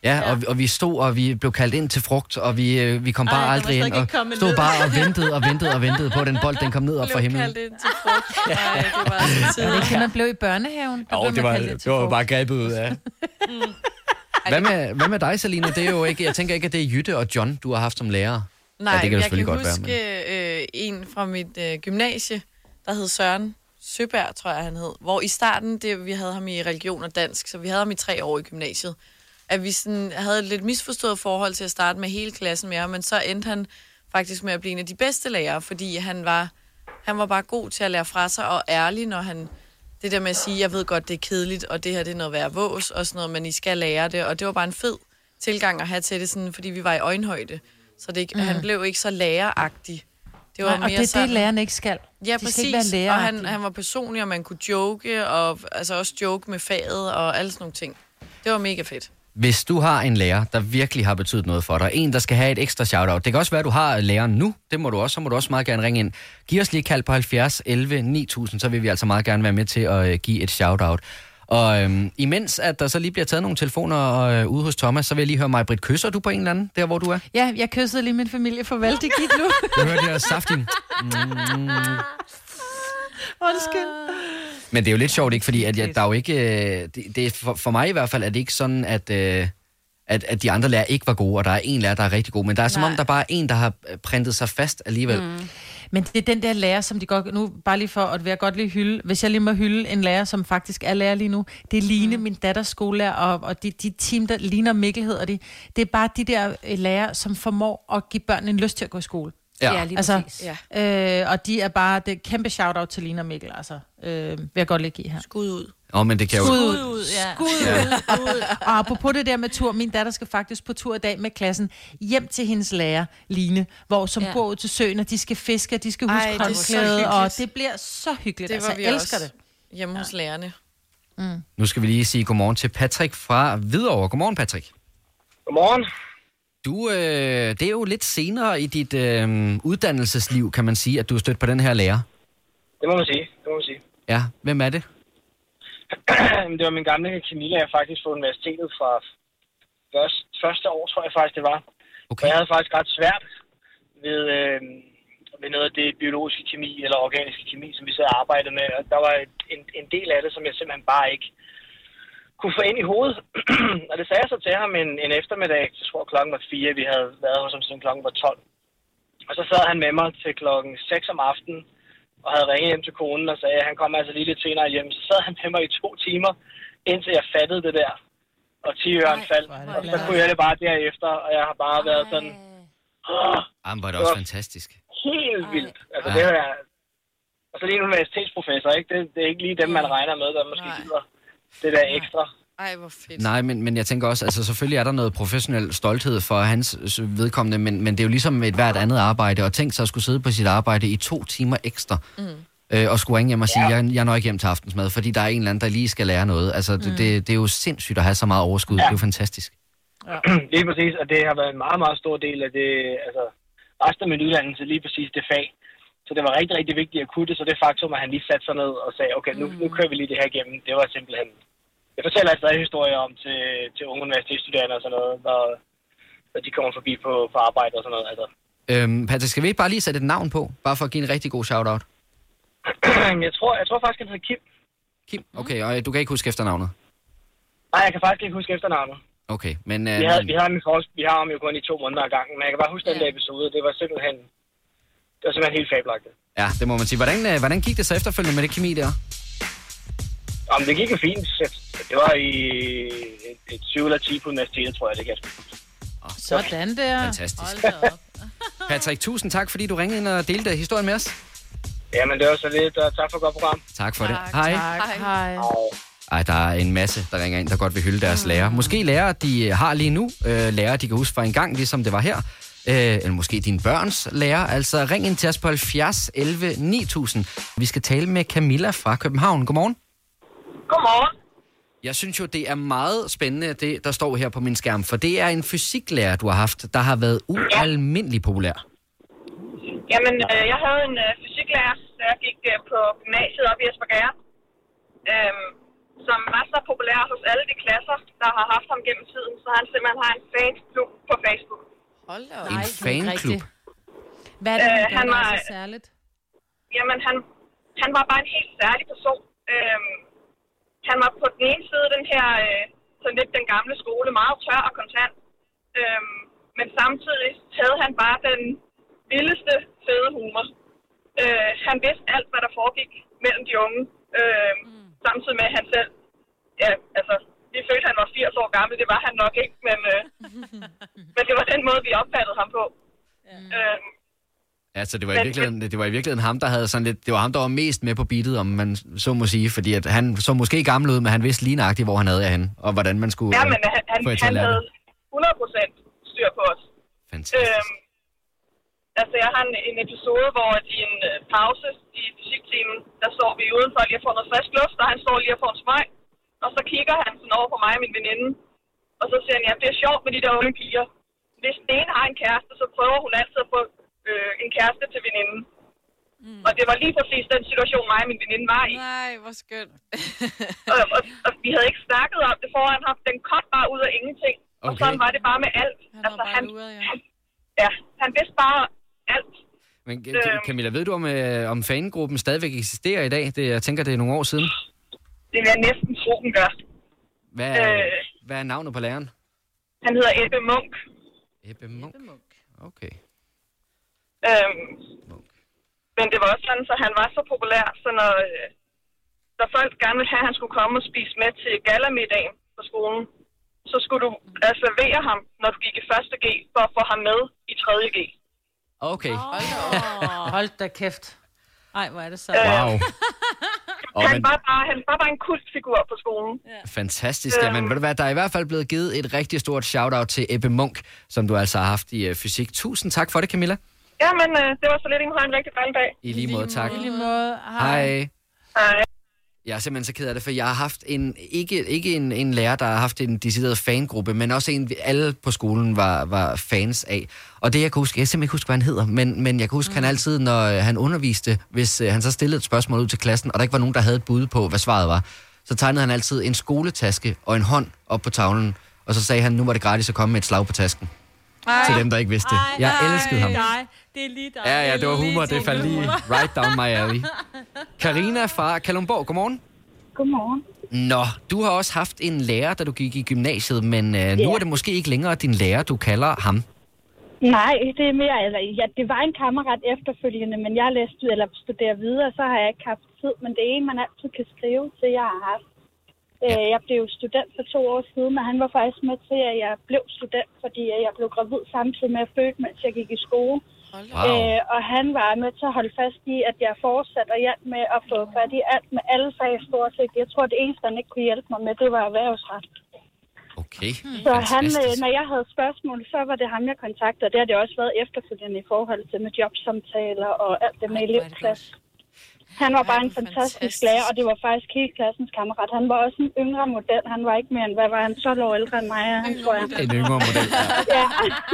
Ja, og, og vi stod, og vi blev kaldt ind til frugt, og vi, øh, vi kom bare Ej, aldrig ind, og stod ned. bare og ventede og ventede og ventede på, at den bold den kom ned op fra himlen. Blev kaldt ind til frugt. Ej, det var så Ja, det er ikke, man blev i børnehaven. Jo, det var, det var bare grebet ud af. Hvad med, hvad med dig, Selina? Det er jo ikke, jeg tænker ikke, at det er Jytte og John, du har haft som lærer. Nej, ja, det kan jeg kan godt huske være, men... øh, en fra mit øh, gymnasie, der hed Søren Søberg, tror jeg, han hed. Hvor i starten, det, vi havde ham i religion og dansk, så vi havde ham i tre år i gymnasiet. At vi sådan, havde et lidt misforstået forhold til at starte med hele klassen med ham, men så endte han faktisk med at blive en af de bedste lærere, fordi han var, han var bare god til at lære fra sig og ærlig, når han... Det der med at sige, jeg ved godt, det er kedeligt, og det her det er noget værd vås og sådan noget, men I skal lære det. Og det var bare en fed tilgang at have til det, sådan, fordi vi var i øjenhøjde. Så det, mm. han blev ikke så læreragtig. Det var Nej, mere og det er sådan, det, lærerne ikke skal. Ja, de præcis. Skal ikke være og han, han var personlig, og man kunne joke, og altså også joke med faget og alle sådan nogle ting. Det var mega fedt. Hvis du har en lærer, der virkelig har betydet noget for dig, en, der skal have et ekstra shout-out, det kan også være, at du har læreren nu, det må du også, så må du også meget gerne ringe ind. Giv os lige kald på halvfjerds elleve ni tusind, så vil vi altså meget gerne være med til at uh, give et shout-out. Og øhm, imens at der så lige bliver taget nogle telefoner øh, ude hos Thomas, så vil jeg lige høre mig, Britt, kysser du på en eller anden, der hvor du er? Ja, jeg kyssede lige min familie. Farvel, det gik nu. Jeg hørte det her saftigt. Mm. Undskyld. Men det er jo lidt sjovt, ikke? Fordi at, ja, der er jo ikke... Øh, det, det er for, for mig i hvert fald, er det ikke sådan, at, øh, at, at de andre lærer ikke var gode, og der er en lærer, der er rigtig god. Men der er som Nej. om, der bare er en, der har printet sig fast alligevel. Mm. Men det er den der lærer, som de godt... Nu bare lige for, at vil jeg godt lige hylde... Hvis jeg lige må hylde en lærer, som faktisk er lærer lige nu, det er Line, mm. min datters skolelærer, og, og de, de team, der ligner Mikkel, hedder de. Det er bare de der lærer, som formår at give børnene en lyst til at gå i skole. Ja, ja lige altså, præcis. Ja. Øh, og de er bare... Det er kæmpe shout-out til Line og Mikkel, altså. Øh, vil jeg godt lige give her. Skud ud. Åh, oh, men det kan jo... Skud ud, ud ja. Skud Ja. ud. Og apropos det der med tur, min datter skal faktisk på tur i dag med klassen hjem til hendes lærer, Line, hvor som Ja. bor ud til søen, og de skal fiske, og de skal huske Ej, det er så håndklæde, og hyggeligt. det bliver så hyggeligt. Det altså, var vi jeg elsker også det. hjemme hos lærerne. Mm. Nu skal vi lige sige godmorgen til Patrick fra Hvidovre. Godmorgen, Patrick. Godmorgen. Du, øh, det er jo lidt senere i dit øh, uddannelsesliv, kan man sige, at du har stødt på den her lærer. Det må man sige. Det må man sige. Ja, hvem er det? Det var min gamle kemilærer faktisk på universitetet fra først, første år, tror jeg faktisk, det var. Okay. Og jeg havde faktisk ret svært ved, øh, ved noget af det biologiske kemi eller organiske kemi, som vi så arbejdede med. Og der var en, en del af det, som jeg simpelthen bare ikke kunne få ind i hovedet. Og det sagde jeg så til ham en, en eftermiddag, jeg tror klokken var fire, vi havde været hos ham siden klokken var tolv. Og så sad han med mig til klokken seks om aftenen, og havde ringet hjem til konen og sagde, at han kom altså lige lidt senere hjem. Så sad han med mig i to timer, indtil jeg fattede det der. Og tiøren faldt. Og så kunne jeg det bare derefter, og jeg har bare Ej. været sådan... Åh, Jamen, var det også fantastisk. Helt vildt. Altså, Ej. det er... Og så lige en universitetsprofessor, ikke? Det, det er ikke lige dem, man regner med, der måske gider det der ekstra. Ej, hvor fedt. Nej, men, men jeg tænker også, altså selvfølgelig er der noget professionel stolthed for hans vedkommende, men, men det er jo ligesom et hvert andet arbejde, og tænk sig at skulle sidde på sit arbejde i to timer ekstra, mm. øh, og skulle ringe hjem og sige, ja. jeg, jeg når ikke hjem til aftensmad, fordi der er en eller anden, der lige skal lære noget. Altså, mm. det, det, det er jo sindssygt at have så meget overskud. Ja. Det er jo fantastisk. Ja. Lige præcis, og det har været en meget, meget stor del af det, altså resten af min uddannelse, lige præcis det fag. Så det var rigtig, rigtig vigtigt at kunne det, så det faktum, at han lige satte sig ned og sagde, okay, nu, nu kører vi lige det her igennem, det var simpelthen... Jeg fortæller altså stadig historier om til, til unge universitetsstuderende og sådan noget, når, når de kommer forbi på, på arbejde og sådan noget. Altså. Øhm, Patrick, skal vi ikke bare lige sætte et navn på, bare for at give en rigtig god shout-out? jeg, tror, jeg tror faktisk, han hedder Kim. Kim? Okay, og du kan ikke huske efternavnet? Nej, jeg kan faktisk ikke huske efternavnet. Okay, men... Øh, vi, havde, men... vi, har ham, vi har ham jo kun i to måneder ad gangen, men jeg kan bare huske den der episode. Det var simpelthen, det var simpelthen helt fabelagtigt. Ja, det må man sige. Hvordan, øh, hvordan gik det så efterfølgende med det kemi der? Om det gik jo fint. Det var i et, et syv eller ti på universitetet, tror jeg, det kan jeg oh, sådan der. Fantastisk. Patrick, tusind tak, fordi du ringede ind og delte historien med os. Jamen, det var så lidt, og tak for et godt program. Tak for tak, det. Hej. Tak, hej. Ej, der er en masse, der ringer ind, der godt vil hylde deres mm. lærer. Måske lærer, de har lige nu. Øh, lærer, de kan huske fra en gang, ligesom det var her. Øh, eller måske dine børns lærer. Altså, ring ind til os på halvfjerds elleve ni tusind. Vi skal tale med Camilla fra København. Godmorgen. Godmorgen. Jeg synes jo, det er meget spændende, det der står her på min skærm, for det er en fysiklærer, du har haft, der har været ualmindelig populær. Jamen, øh, jeg havde en øh, fysiklærer, da jeg gik øh, på gymnasiet op i Esbjerg. Øhm, som var så populær hos alle de klasser, der har haft ham gennem tiden, så han simpelthen har en fanklub på Facebook. Hold da. En fanklub? Hvad er det, Øh, han, han gør, var, der er så særligt? Jamen, han, han var bare en helt særlig person. Øhm, han var på den ene side den her, øh, sådan lidt den gamle skole, meget tør og kontant. Øhm, men samtidig havde han bare den vildeste fede humor. Øh, han vidste alt, hvad der foregik mellem de unge. Øh, mm. Samtidig med, at han selv, ja, altså, vi følte, at han var firs år gammel. Det var han nok ikke, men, øh, men det var den måde, vi opfattede ham på. Mm. Øh, Altså, det var, i virkeligheden, det var i virkeligheden ham, der havde sådan lidt... Det var ham, der var mest med på beatet, om man så må sige. Fordi at han så måske gammel ud, men han vidste lige nøjagtigt, hvor han havde af hende. Og hvordan man skulle... Ja, men han, han, han havde det. hundrede procent styr på os. Fantastisk. Øhm, altså, jeg har en, en episode, hvor i en uh, pause i fysiktimen, der står vi udenfor lige at få noget frisk luft, og han står lige at få en smøg. Og så kigger han sådan over på mig og min veninde. Og så siger han, ja, det er sjovt med de der unge piger. Hvis den ene har en kæreste, så prøver hun altid at få øh, en kæreste til veninden. Mm. Og det var lige præcis den situation, mig og min veninde var i. Nej, hvor skønt. og, og, og vi havde ikke snakket om det foran ham. Den kom bare ud af ingenting. Okay. Og sådan var det bare med alt. Han altså, bare han, luret, ja. han, ja, han vidste bare alt. Men Camilla, ved du om, øh, om fangruppen stadigvæk eksisterer i dag? Det, jeg tænker, det er nogle år siden. Det vil jeg næsten tro, den gør. Hvad er, øh, hvad er navnet på læreren? Han hedder Ebbe Munk. Ebbe Munk? Okay. Øhm, men det var også sådan, så han var så populær, så når, øh, når folk gerne ville have, at han skulle komme og spise med til gallamiddagen på skolen, så skulle du reservere ham, når du gik i første G, for at få ham med i tredje G. Okay. Oh, hold da kæft. Ej, hvor er det så. Wow. Han, men... var bare, han var bare en kultfigur på skolen. Fantastisk. Jamen, ved du hvad, der er i hvert fald blevet givet et rigtig stort shout-out til Ebbe Munk, som du altså har haft i uh, fysik. Tusind tak for det, Camilla. Ja, men uh, det var så lidt, at have en rigtig dejlig dag. I lige måde, tak. I lige måde. Hej. Hej. Jeg er simpelthen så ked af det, for jeg har haft en, ikke, ikke en, en lærer, der har haft en decideret fangruppe, men også en, alle på skolen var, var fans af. Og det, jeg kan huske, jeg kan simpelthen ikke huske, hvad han hedder, men, men jeg kan huske, mm. han altid, når han underviste, hvis uh, han så stillede et spørgsmål ud til klassen, og der ikke var nogen, der havde et bud på, hvad svaret var, så tegnede han altid en skoletaske og en hånd op på tavlen, og så sagde han, nu var det gratis at komme med et slag på tasken. Ej. Til dem, der ikke vidste det. Jeg Ej, elskede ham. Nej, det er lige dig. Ja, ja, det var humor. Det faldt lige right down my alley. Karina fra Kalundborg, godmorgen. Godmorgen. Nå, du har også haft en lærer, da du gik i gymnasiet, men uh, nu Ja. er det måske ikke længere din lærer, du kalder ham. Nej, det er mere, eller ja, det var en kammerat efterfølgende, men jeg læste eller studerer videre, så har jeg ikke haft tid, men det er en, man altid kan skrive til, jeg har haft. Ja. Jeg blev student for to år siden, og han var faktisk med til, at jeg blev student, fordi jeg blev gravid samtidig med at føde, mens jeg gik i skole. Wow. Øh, og han var med til at holde fast i, at jeg fortsatte og hjalp med at få fat i alt med alle fag stort set. Jeg tror, det eneste, han ikke kunne hjælpe mig med, det var erhvervsret. Okay, Så han, øh, når jeg havde spørgsmål, så var det ham, jeg kontaktede. Det har det også været efterfølgende i forhold til med jobsamtaler og alt det med elevklasse. Han var bare en fantastisk, fantastisk lærer, og det var faktisk hele klassens kammerat. Han var også en yngre model. Han var ikke mere end, hvad var han, tolv år ældre end mig, han, tror jeg. En yngre model, ja. Ja.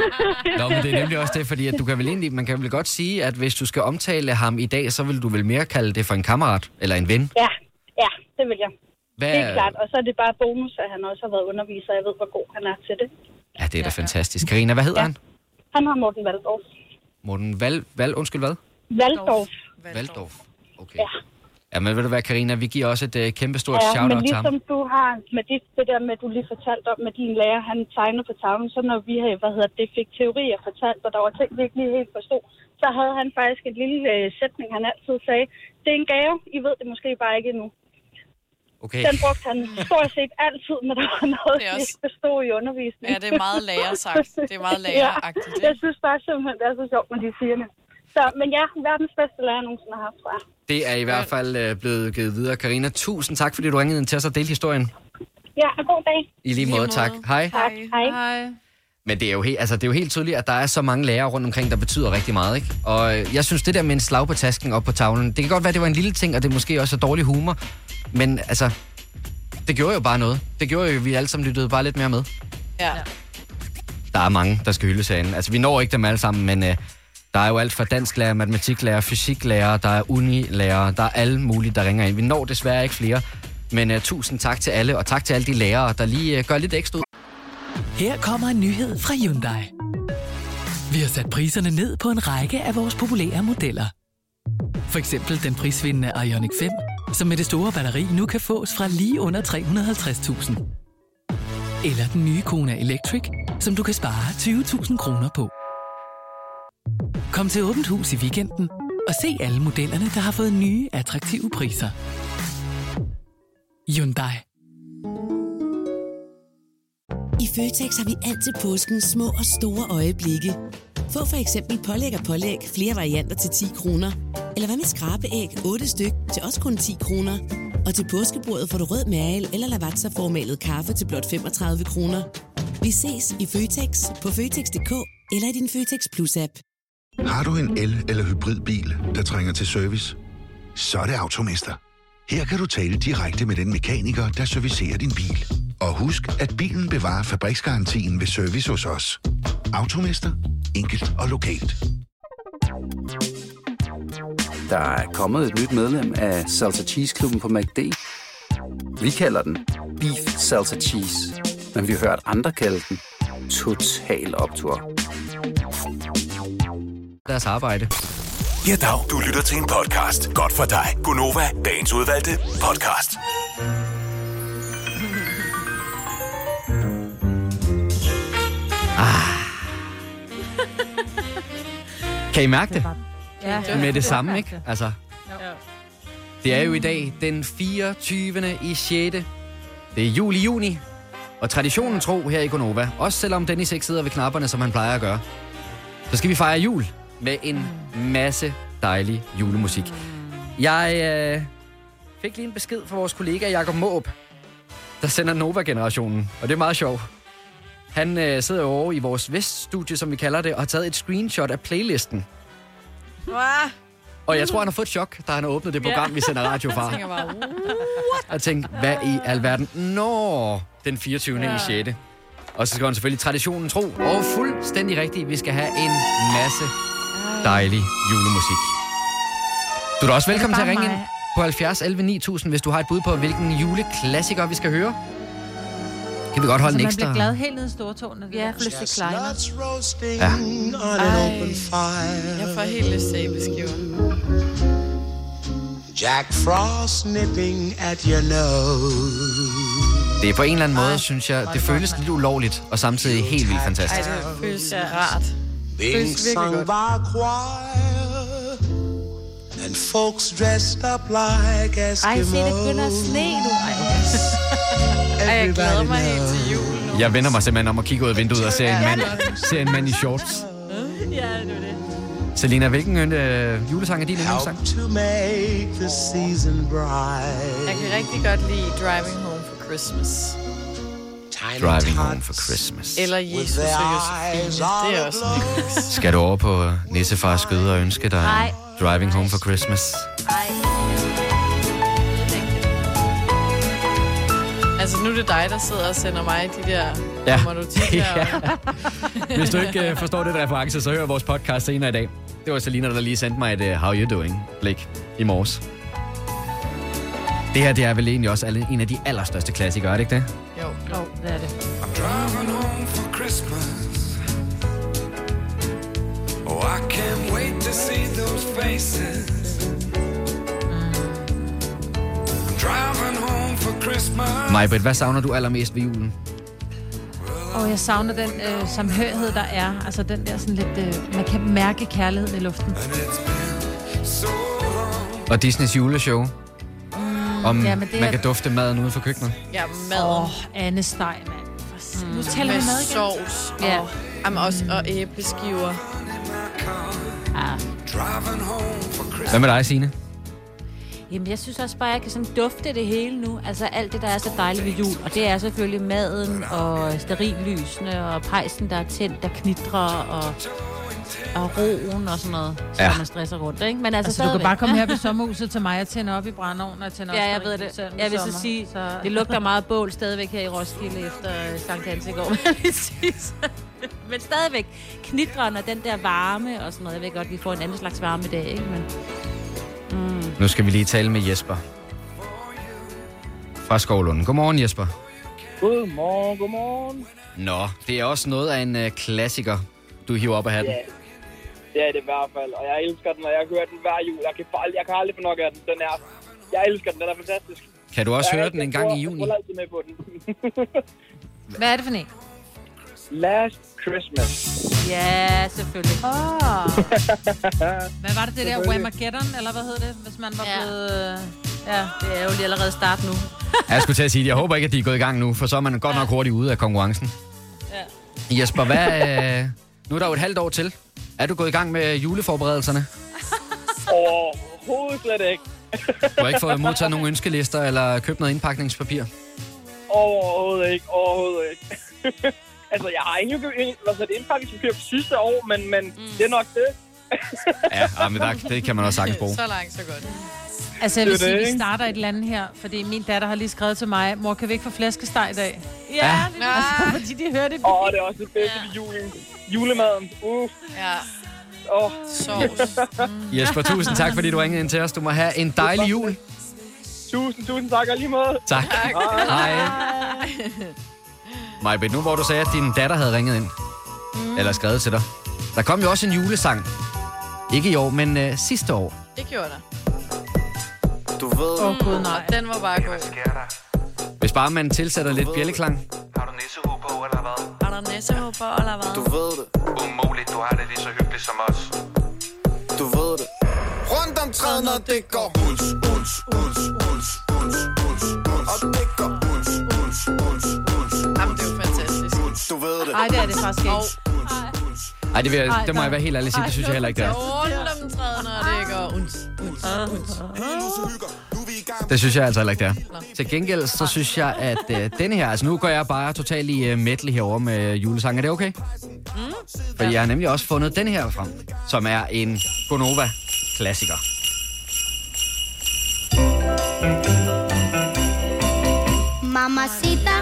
Nå, men det er nemlig også det, fordi at du kan vel egentlig, man kan vel godt sige, at hvis du skal omtale ham i dag, så vil du vel mere kalde det for en kammerat eller en ven? Ja, ja, det vil jeg. Hvad... Det er klart, og så er det bare bonus, at han også har været underviser. Jeg ved, hvor god han er til det. Ja, det er da fantastisk. Karina, hvad hedder ja. han? Han har Morten Valdorf. Morten Val... Val... Undskyld, hvad? Valdorf. Valdorf. Okay. Ja. Ja, men ved du hvad, Karina, vi giver også et uh, kæmpe stort ja, shout-out men til ham. ligesom du har med det, det der med, du lige fortalte om med din lærer, han tegnede på tavlen, så når vi havde, hvad hedder det, fik teorier fortalt, og der var ting, vi ikke lige helt forstod, så havde han faktisk en lille uh, sætning, han altid sagde, det er en gave, I ved det måske bare ikke endnu. Okay. Den brugte han stort set altid, når der var noget, vi også... ikke forstod i undervisningen. Ja, det er meget lærersagt. Det er meget læreragtigt. Ja, jeg synes bare simpelthen, det er så sjovt, når de siger det. Så, men ja, verdens bedste lærer, nogensinde har haft, tror jeg. Det er i hvert fald uh, blevet givet videre. Karina, tusind tak, fordi du ringede ind til os og delte historien. Ja, god dag. I lige måde, tak. Hej. Tak, hej. Hej. Men det er, jo helt, altså, det er jo helt tydeligt, at der er så mange lærere rundt omkring, der betyder rigtig meget, ikke? Og øh, jeg synes, det der med en slag på tasken op på tavlen, det kan godt være, det var en lille ting, og det måske også er dårlig humor. Men altså, det gjorde jo bare noget. Det gjorde jo, at vi alle sammen lyttede bare lidt mere med. Ja. Der er mange, der skal hyldes herinde. Altså, vi når ikke dem alle sammen, men øh, der er jo alt fra dansklærer, matematiklærer, fysiklærer, der er unilærer, der er alle mulige, der ringer ind. Vi når desværre ikke flere. Men uh, tusind tak til alle, og tak til alle de lærere, der lige uh, gør lidt ekstra ud. Her kommer en nyhed fra Hyundai. Vi har sat priserne ned på en række af vores populære modeller. For eksempel den prisvindende Ioniq fem, som med det store batteri nu kan fås fra lige under tre hundrede og halvtreds tusind. Eller den nye Kona Electric, som du kan spare tyve tusind kroner på. Kom til Åbent Hus i weekenden og se alle modellerne, der har fået nye, attraktive priser. Hyundai. I Føtex har vi altid påskens små og store øjeblikke. Få for eksempel pålæg og pålæg flere varianter til ti kroner. Eller hvad med skrabeæg otte styk til også kun ti kroner. Og til påskebordet får du rød mal eller lavatserformalet kaffe til blot femogtredive kroner. Vi ses i Føtex på Føtex punktum d k eller i din Føtex Plus-app. Har du en el- eller hybridbil, der trænger til service? Så er det Automester. Her kan du tale direkte med den mekaniker, der servicerer din bil. Og husk, at bilen bevarer fabriksgarantien ved service hos os. Automester. Enkelt og lokalt. Der er kommet et nyt medlem af Salsa Cheese Klubben på McD. Vi kalder den Beef Salsa Cheese, men vi har hørt andre kalde den Total Optur. Deres arbejde. Ja, dag. Du lytter til en podcast. Godt for dig. Gonova, dagens udvalgte podcast. Ah. Kan I mærke det? Ja. Med det samme, ikke? Altså, det er jo i dag den fireogtyvende i sjette Det er jul i juni. Og traditionen tro her i Gonova, også selvom Dennis ikke sidder ved knapperne, som han plejer at gøre, så skal vi fejre jul med en masse dejlig julemusik. Jeg øh, fik lige en besked fra vores kollega Jakob Måb, der sender Nova-generationen, og det er meget sjovt. Han øh, sidder over i vores Veststudie, som vi kalder det, og har taget et screenshot af playlisten. Wow. Og jeg tror, han har fået et chok, da han har åbnet det program, yeah. vi sender radio fra. Jeg tænker bare, what? Og jeg tænkte, hvad i alverden? Nå, den fireogtyvende Ja. i sjette Og så skal han selvfølgelig traditionen tro. Og fuldstændig rigtigt, vi skal have en masse dejlig julemusik. Du er da også velkommen til at ringe ind på halvfjerds elleve ni tusind, hvis du har et bud på, hvilken juleklassiker vi skal høre. Kan vi godt holde altså, en man ekstra? bliver glad helt ned i stortårnet. Ja, pludselig kleiner. Ja. Ej, jeg får helt lyst til æbleskiver. Jack Frost nipping at your nose. Det er på en eller anden måde, synes jeg, det føles lidt ulovligt, og samtidig helt vildt fantastisk. Ej, det føles rart. Det føles virkelig godt. And folks dressed up like Eskimos. Ej, se, det begynder at sne nu. Ej, jeg glæder mig helt til jul. Jeg vender mig simpelthen om at kigge ud af vinduet og ser en mand, ser en mand i shorts. Ja, det er det. Selina, hvilken øh, julesang er din yndlingssang? Jeg kan rigtig godt lide Driving Home for Christmas. Driving Home for Christmas. Eller Jesus og Josefine. Det er også en yndlings. Skal du over på nissefars skøde og ønske dig Nej. Driving Home for Christmas? Altså, nu er det dig, der sidder og sender mig de der... Ja. Kommer du til ja. Hvis du ikke uh, forstår det reference, så hør vores podcast senere i dag. Det var Selina, der lige sendte mig et uh, How You Doing blik i morges. Det her, det er vel egentlig også alle, en af de allerstørste klassikere, er det ikke det? Jo, jo, det er det. I'm driving home for Christmas. Oh, I can't wait to see those faces. I'm driving home for Christmas. Majbrit, hvad savner du allermest ved julen? Og jeg savner den øh, samhørighed, der er. Altså den der sådan lidt... Øh, man kan mærke kærligheden i luften. Og Disneys juleshow? Mm, Om ja, men det man er... kan dufte maden ude for køkkenet? Ja, maden. Åh, oh, Anne Steg, mand. Mm. Nu taler vi med mad igen. sovs. Ja. Og, jamen også, og æbleskiver. Ja. Hvad med dig, Signe? Jamen, jeg synes også bare, at jeg kan sådan dufte det hele nu. Altså alt det, der er så dejligt ved jul. Og det er selvfølgelig maden og stearinlysene og pejsen, der er tændt, der knitrer og, og roen og sådan noget. Så Ja. man stresser rundt, ikke? Men altså, Altså, du kan bare komme her ved sommerhuset til mig og tænde op i brændeovnen og tænde Ja, også jeg ved det. Jeg vil så sige, så... det lugter meget bål stadigvæk her i Roskilde efter Sankt Hans i går, vil jeg lige sige. Men stadigvæk knitren og den der varme og sådan noget. Jeg ved godt, vi får en anden slags varme i dag, ikke? Men... Mm. Nu skal vi lige tale med Jesper fra Skovlund. Godmorgen, Jesper. Godmorgen, godmorgen. Nå, det er også noget af en uh, klassiker, du hiver op af hatten. Ja, det er det i hvert fald. Og jeg elsker den, og jeg hører den hver jul. Jeg kan, jeg kan aldrig få nok af den. Den er, jeg elsker den, den er fantastisk. Kan du også jeg høre den en gang i juni? Jeg holder altid med på den. Hvad er det for en? Last Christmas. Ja, selvfølgelig. Oh. Hvad var det, det der Whamageddon, eller hvad hed det, hvis man var Ja. blevet... Ja, Det er jo lige allerede start nu. Jeg skulle til at sige, jeg håber ikke, at de er gået i gang nu, for så er man godt nok hurtigt ude af konkurrencen. Ja. Jesper, hvad, øh, nu er der jo et halvt år til. Er du gået i gang med juleforberedelserne? Overhovedet slet ikke. Du har ikke fået modtaget nogle ønskelister eller købt noget indpakningspapir? Overhovedet ikke, overhovedet ikke. Altså, jeg har ikke været indpakningspapir på sidste år, men, men mm. det er nok det. Ja, ah, men der, det kan man også sagtens bruge. Så langt, så godt. Altså, jeg vil Det er sige, det, vi ikke? starter et eller andet her, fordi min datter har lige skrevet til mig, mor, kan vi ikke få flæskesteg i dag? Ja, Ja. det er altså, fordi de hører det. Åh, det er også det bedste ved julen. Julemaden. Uh. Ja. Åh. Sovs. Jesper, tusind tak, fordi du ringede ind til os. Du må have en dejlig jul. Tusind, tusind tak, og lige måde. Tak. Hej. Majbet, nu hvor du sagde, at din datter havde ringet ind, mm. eller skrevet til dig. Der kom jo også en julesang. Ikke i år, men øh, sidste år. Det gjorde der. Du ved... Åh, gud, nej. Den var bare god. Hvis bare man tilsætter lidt bjælleklang. Har du nissehue på, eller hvad? Er der nissehue på, eller hvad? Du ved det. Umuligt, du har det lige så hyggeligt som os. Du ved det. Rundt om træet, når det går uns, uns, uns, uns, uns, uns, uns. Og det går uns, uns, uns, uns. Jamen, det er jo fantastisk. Du ved det. Ej, det er det faktisk ikke. Ej, det, vil jeg, Ej, det må nej. jeg være helt ærlig sige. Det synes jeg heller ikke, det er. Rundt om træet, når det går uns, uns, uns. Det synes jeg altså heller ikke, det er. Til gengæld, så synes jeg, at øh, denne her... Altså, nu går jeg bare totalt i øh, medley herovre med julesang. Er det okay? Mm. Fordi jeg har nemlig også fundet den her frem, som er en Gonova-klassiker. Mamacita,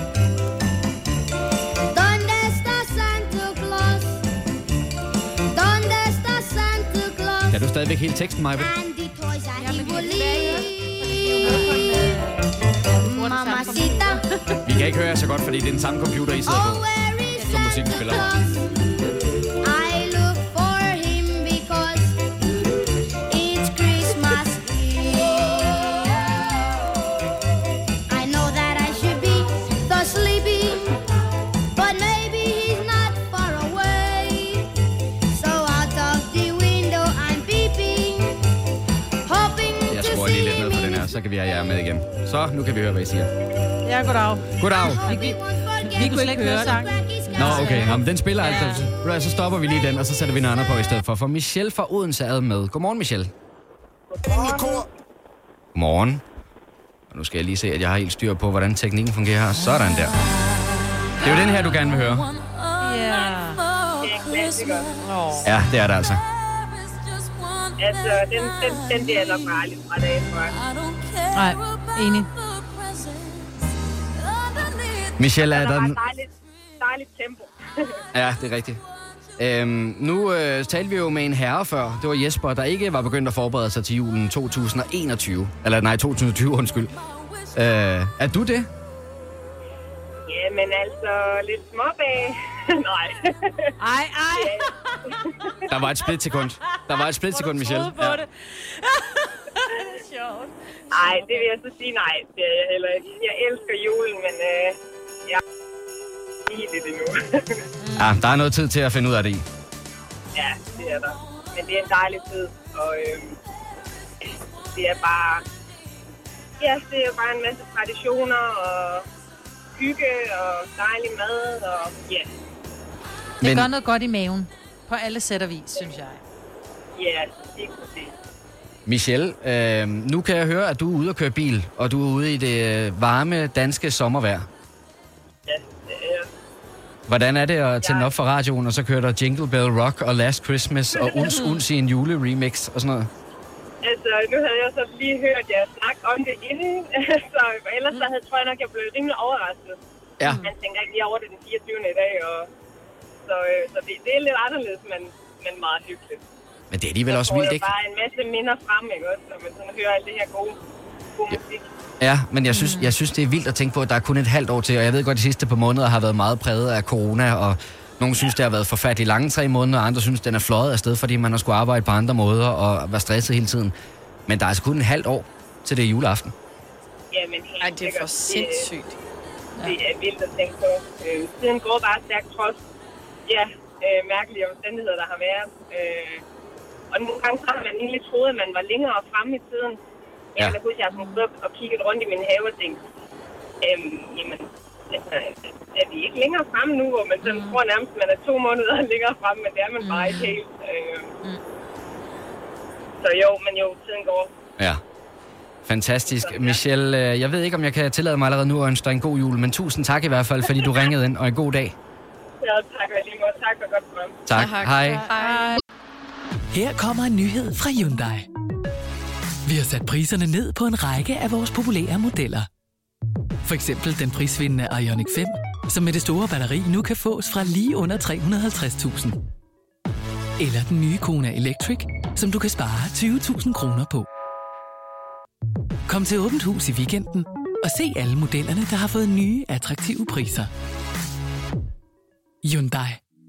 ¿dónde está Santa Claus? ¿Dónde está Santa Claus? Kan du stadigvæk hele teksten, Majbet? And the toys that he will leave. Mamacita, Vi kan ikke høre jer så godt, fordi det er den samme computer, I sidder oh, på, where is som musikken spiller. I look for him because it's Christmas Eve. I know that I should be so sleepy, but maybe he's not far away. So out of the window I'm peeping, hoping Jeg to skruer lige lidt see ned på den her, så kan vi have jer med igen. Så, nu kan vi høre, hvad I siger. Ja, goddag. Goddag. Vi, vi, vi kunne slet ikke høre sang. Nå, okay. Nå, men den spiller ja. altså. Så stopper vi lige den, og så sætter vi noget andet på i stedet for. For Michelle fra Odense er med. Godmorgen, Michelle. Godmorgen. Og nu skal jeg lige se, at jeg har helt styr på, hvordan teknikken fungerer her. Sådan der. Det er jo den her, du gerne vil høre. Ja. Ja, det er det altså. Altså, den, den, den bliver jeg nok bare lidt fra dagen for. Nej, enig. Michelle, er der der... var et dejligt, dejligt tempo. Ja, det er rigtigt. Øhm, nu øh, talte vi jo med en herre før. Det var Jesper, der ikke var begyndt at forberede sig til julen to tusind enogtyve. Eller nej, to tusind og tyve, undskyld. Øh, er du det? Jamen altså, lidt småbag. Nej. Ej, ej. Der var et splitsekund. Der var et splitsekund, Michelle. Ja. Det. Sjovt. Ej, det vil jeg så sige nej. Det er jeg heller ikke. Jeg elsker julen, men øh, jeg er ikke det endnu. Ja, der er noget tid til at finde ud af det i. Ja, det er der. Men det er en dejlig tid, og øh, det er bare... Ja, det er bare en masse traditioner og hygge og dejlig mad og ja. Yeah. Det Men... gør noget godt i maven. På alle sæt og vis, synes jeg. Ja, det er præcis. Michelle, øh, nu kan jeg høre, at du er ude at køre bil, og du er ude i det varme danske sommervejr. Ja, det er. Hvordan er det at tænde op for radioen, og så kører der Jingle Bell Rock og Last Christmas og Uns Uns i en juleremix og sådan noget? Altså, nu havde jeg så lige hørt jer snakke om det inden, så ellers så havde, tror jeg nok, jeg blev rimelig overrasket. Ja. Man tænker ikke lige over det den fireogtyvende i dag, og så, øh, så det, det er lidt anderledes, men, men meget hyggeligt. Men det er alligevel også vildt, ikke? Så får jeg bare en masse minder frem, ikke også? Så man sådan hører alt det her gode, god musik. Ja, men jeg synes, jeg synes, det er vildt at tænke på, at der er kun et halvt år til, og jeg ved godt, at de sidste par måneder har været meget præget af corona, og nogle synes, det har været forfærdeligt lange tre måneder, og andre synes, den er fløjet afsted, fordi man har skulle arbejde på andre måder og være stresset hele tiden. Men der er altså kun et halvt år til det juleaften. Ja, men helt Ej, det er for sindssygt. Det, det er vildt at tænke på. Øh, tiden går bare stærkt trods, ja, øh, mærkelige omstændigheder, der har været. Øh, og nogle gange så har man egentlig troet, at man var længere fremme i tiden. Ja. Jeg kan huske, at jeg har sådan gået og kigget rundt i min have og tænkt, øhm, jamen, altså, er vi ikke længere fremme nu, hvor man sådan tror nærmest, at man er to måneder længere fremme, men det er man bare ikke helt. Øh. Mm. Så jo, men jo, tiden går. Ja. Fantastisk. Michelle, jeg ved ikke, om jeg kan tillade mig allerede nu at ønske dig en god jul, men tusind tak i hvert fald, fordi du ringede ind, og en god dag. Ja, tak og lige måde. Tak for godt program. Tak. Hej. Hej. Her kommer en nyhed fra Hyundai. Vi har sat priserne ned på en række af vores populære modeller. For eksempel den prisvindende Ioniq fem, som med det store batteri nu kan fås fra lige under tre hundrede og halvtreds tusind. Eller den nye Kona Electric, som du kan spare tyve tusind kroner på. Kom til Åbent Hus i weekenden og se alle modellerne, der har fået nye, attraktive priser. Hyundai.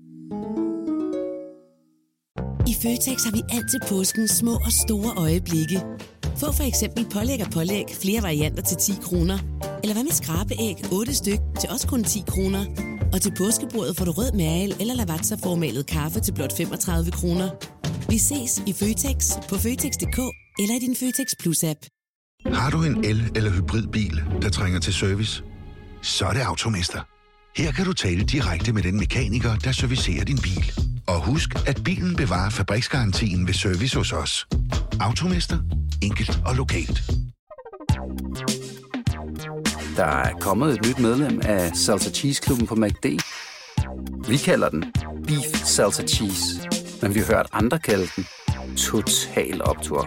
I Føtex har vi altid påskens små og store øjeblikke. Få for eksempel pålæg og pålæg flere varianter til ti kroner. Eller hvad med skrabeæg otte styk til også kun ti kroner. Og til påskebordet får du rød mal eller lavatserformalet kaffe til blot femogtredive kroner. Vi ses i Føtex på Føtex punktum d k eller i din Føtex Plus-app. Har du en el- eller hybridbil, der trænger til service? Så er det Automester. Her kan du tale direkte med den mekaniker, der servicerer din bil. Og husk, at bilen bevarer fabriksgarantien ved service hos os. Automester. Enkelt og lokalt. Der er kommet et nyt medlem af Salsa Cheese Klubben på McD. Vi kalder den Beef Salsa Cheese, men vi har hørt andre kalde den Total Optur.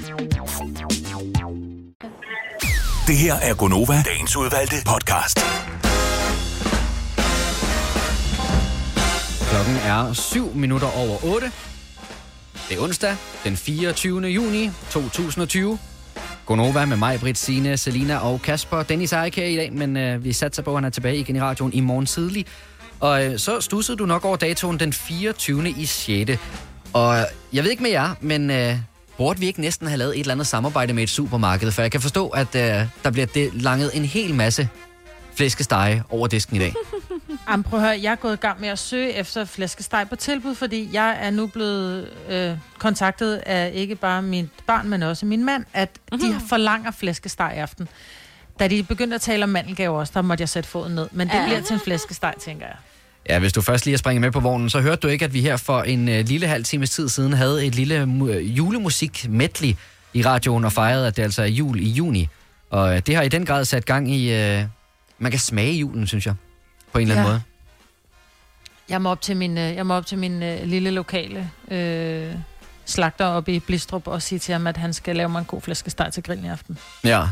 Det her er Gonova, dagens udvalgte podcast. Klokken er syv minutter over otte. Det er onsdag, den fireogtyvende juni to tusind og tyve. Gonova med mig, Britt, Signe, Selina og Kasper. Dennis er ikke her i dag, men øh, vi satser på, at han er tilbage igen i radioen i morgen tidlig. Og øh, så stussede du nok over datoen den fireogtyvende i sjette. Og øh, jeg ved ikke med jer, men øh, burde vi ikke næsten have lavet et eller andet samarbejde med et supermarked? For jeg kan forstå, at øh, der bliver det langet en hel masse flæskestege over disken i dag. Jamen, prøv at høre, jeg er gået i gang med at søge efter flæskesteg på tilbud, fordi jeg er nu blevet øh, kontaktet af ikke bare mit barn, men også min mand, at mm-hmm. de forlanger flæskesteg i aften. Da de begyndte at tale om mandelgave også, der måtte jeg sætte foden ned. Men det ja. bliver til en flæskesteg, tænker jeg. Ja, hvis du først lige har springet med på vognen, så hørte du ikke, at vi her for en øh, lille halv times tid siden havde et lille øh, julemusik-medley i radioen og fejrede, at det altså er jul i juni. Og øh, det har i den grad sat gang i... Øh, man kan smage julen, synes jeg. På en eller anden ja. måde. Jeg må op til min, jeg må op til min uh, lille lokale øh, slagter oppe i Blistrup og sige til ham, at han skal lave mig en god flæskesteg til grillen i aften. Ja.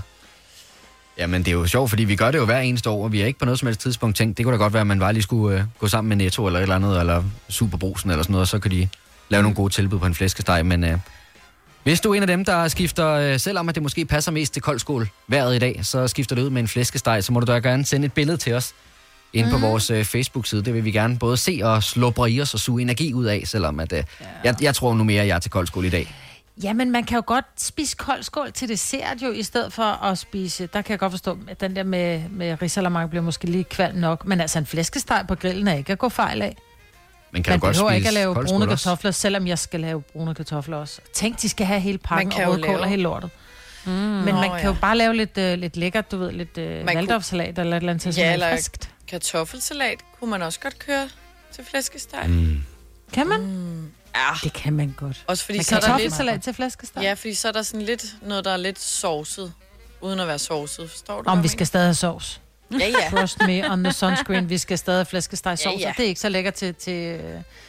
Jamen, det er jo sjovt, fordi vi gør det jo hver eneste år, og vi har ikke på noget som helst tidspunkt tænkt, det kunne da godt være, at man bare lige skulle uh, gå sammen med Netto eller et eller andet, eller Superbrugsen eller sådan noget, og så kan de lave nogle gode tilbud på en flæskesteg. Men uh, hvis du er en af dem, der skifter, uh, selvom at det måske passer mest til koldskål vejret i dag, så skifter det ud med en flæskesteg, så må du da gerne sende et billede til os inde på mm. vores uh, Facebook-side. Det vil vi gerne både se og slubre i os og suge energi ud af, selvom at, uh, ja. jeg, jeg tror nu mere, at jeg er til koldskål i dag. Jamen, man kan jo godt spise koldskål til dessert jo, i stedet for at spise... Der kan jeg godt forstå, at den der med, med risalamande bliver måske lige kvalm nok. Men altså, en flæskesteg på grillen er ikke at gå fejl af. Men kan man du godt behøver spise ikke at lave brune også? kartofler, selvom jeg skal lave brune kartofler også. Tænk, de skal have hele pakken og rødkål og hele lortet. Mm, Men man kan ja. jo bare lave lidt, uh, lidt lækkert, du ved, lidt uh, valdorfsalat eller et eller andet til ja, eller friskt. Kartoffelsalat kunne man også godt køre til flæskesteg. Mm. Kan man? Mm. Ja. Det kan man godt. Også fordi Men så er der kartoffelsalat lidt... til flæskesteg? Ja, fordi så er der sådan lidt noget, der er lidt sovset, uden at være sovset. Forstår du, Om vi skal stadig have sovs. Ja, ja. Trust me on the sunscreen. Vi skal stadig have flæskesteg sovs, ja, ja. Det er ikke så lækkert til, til,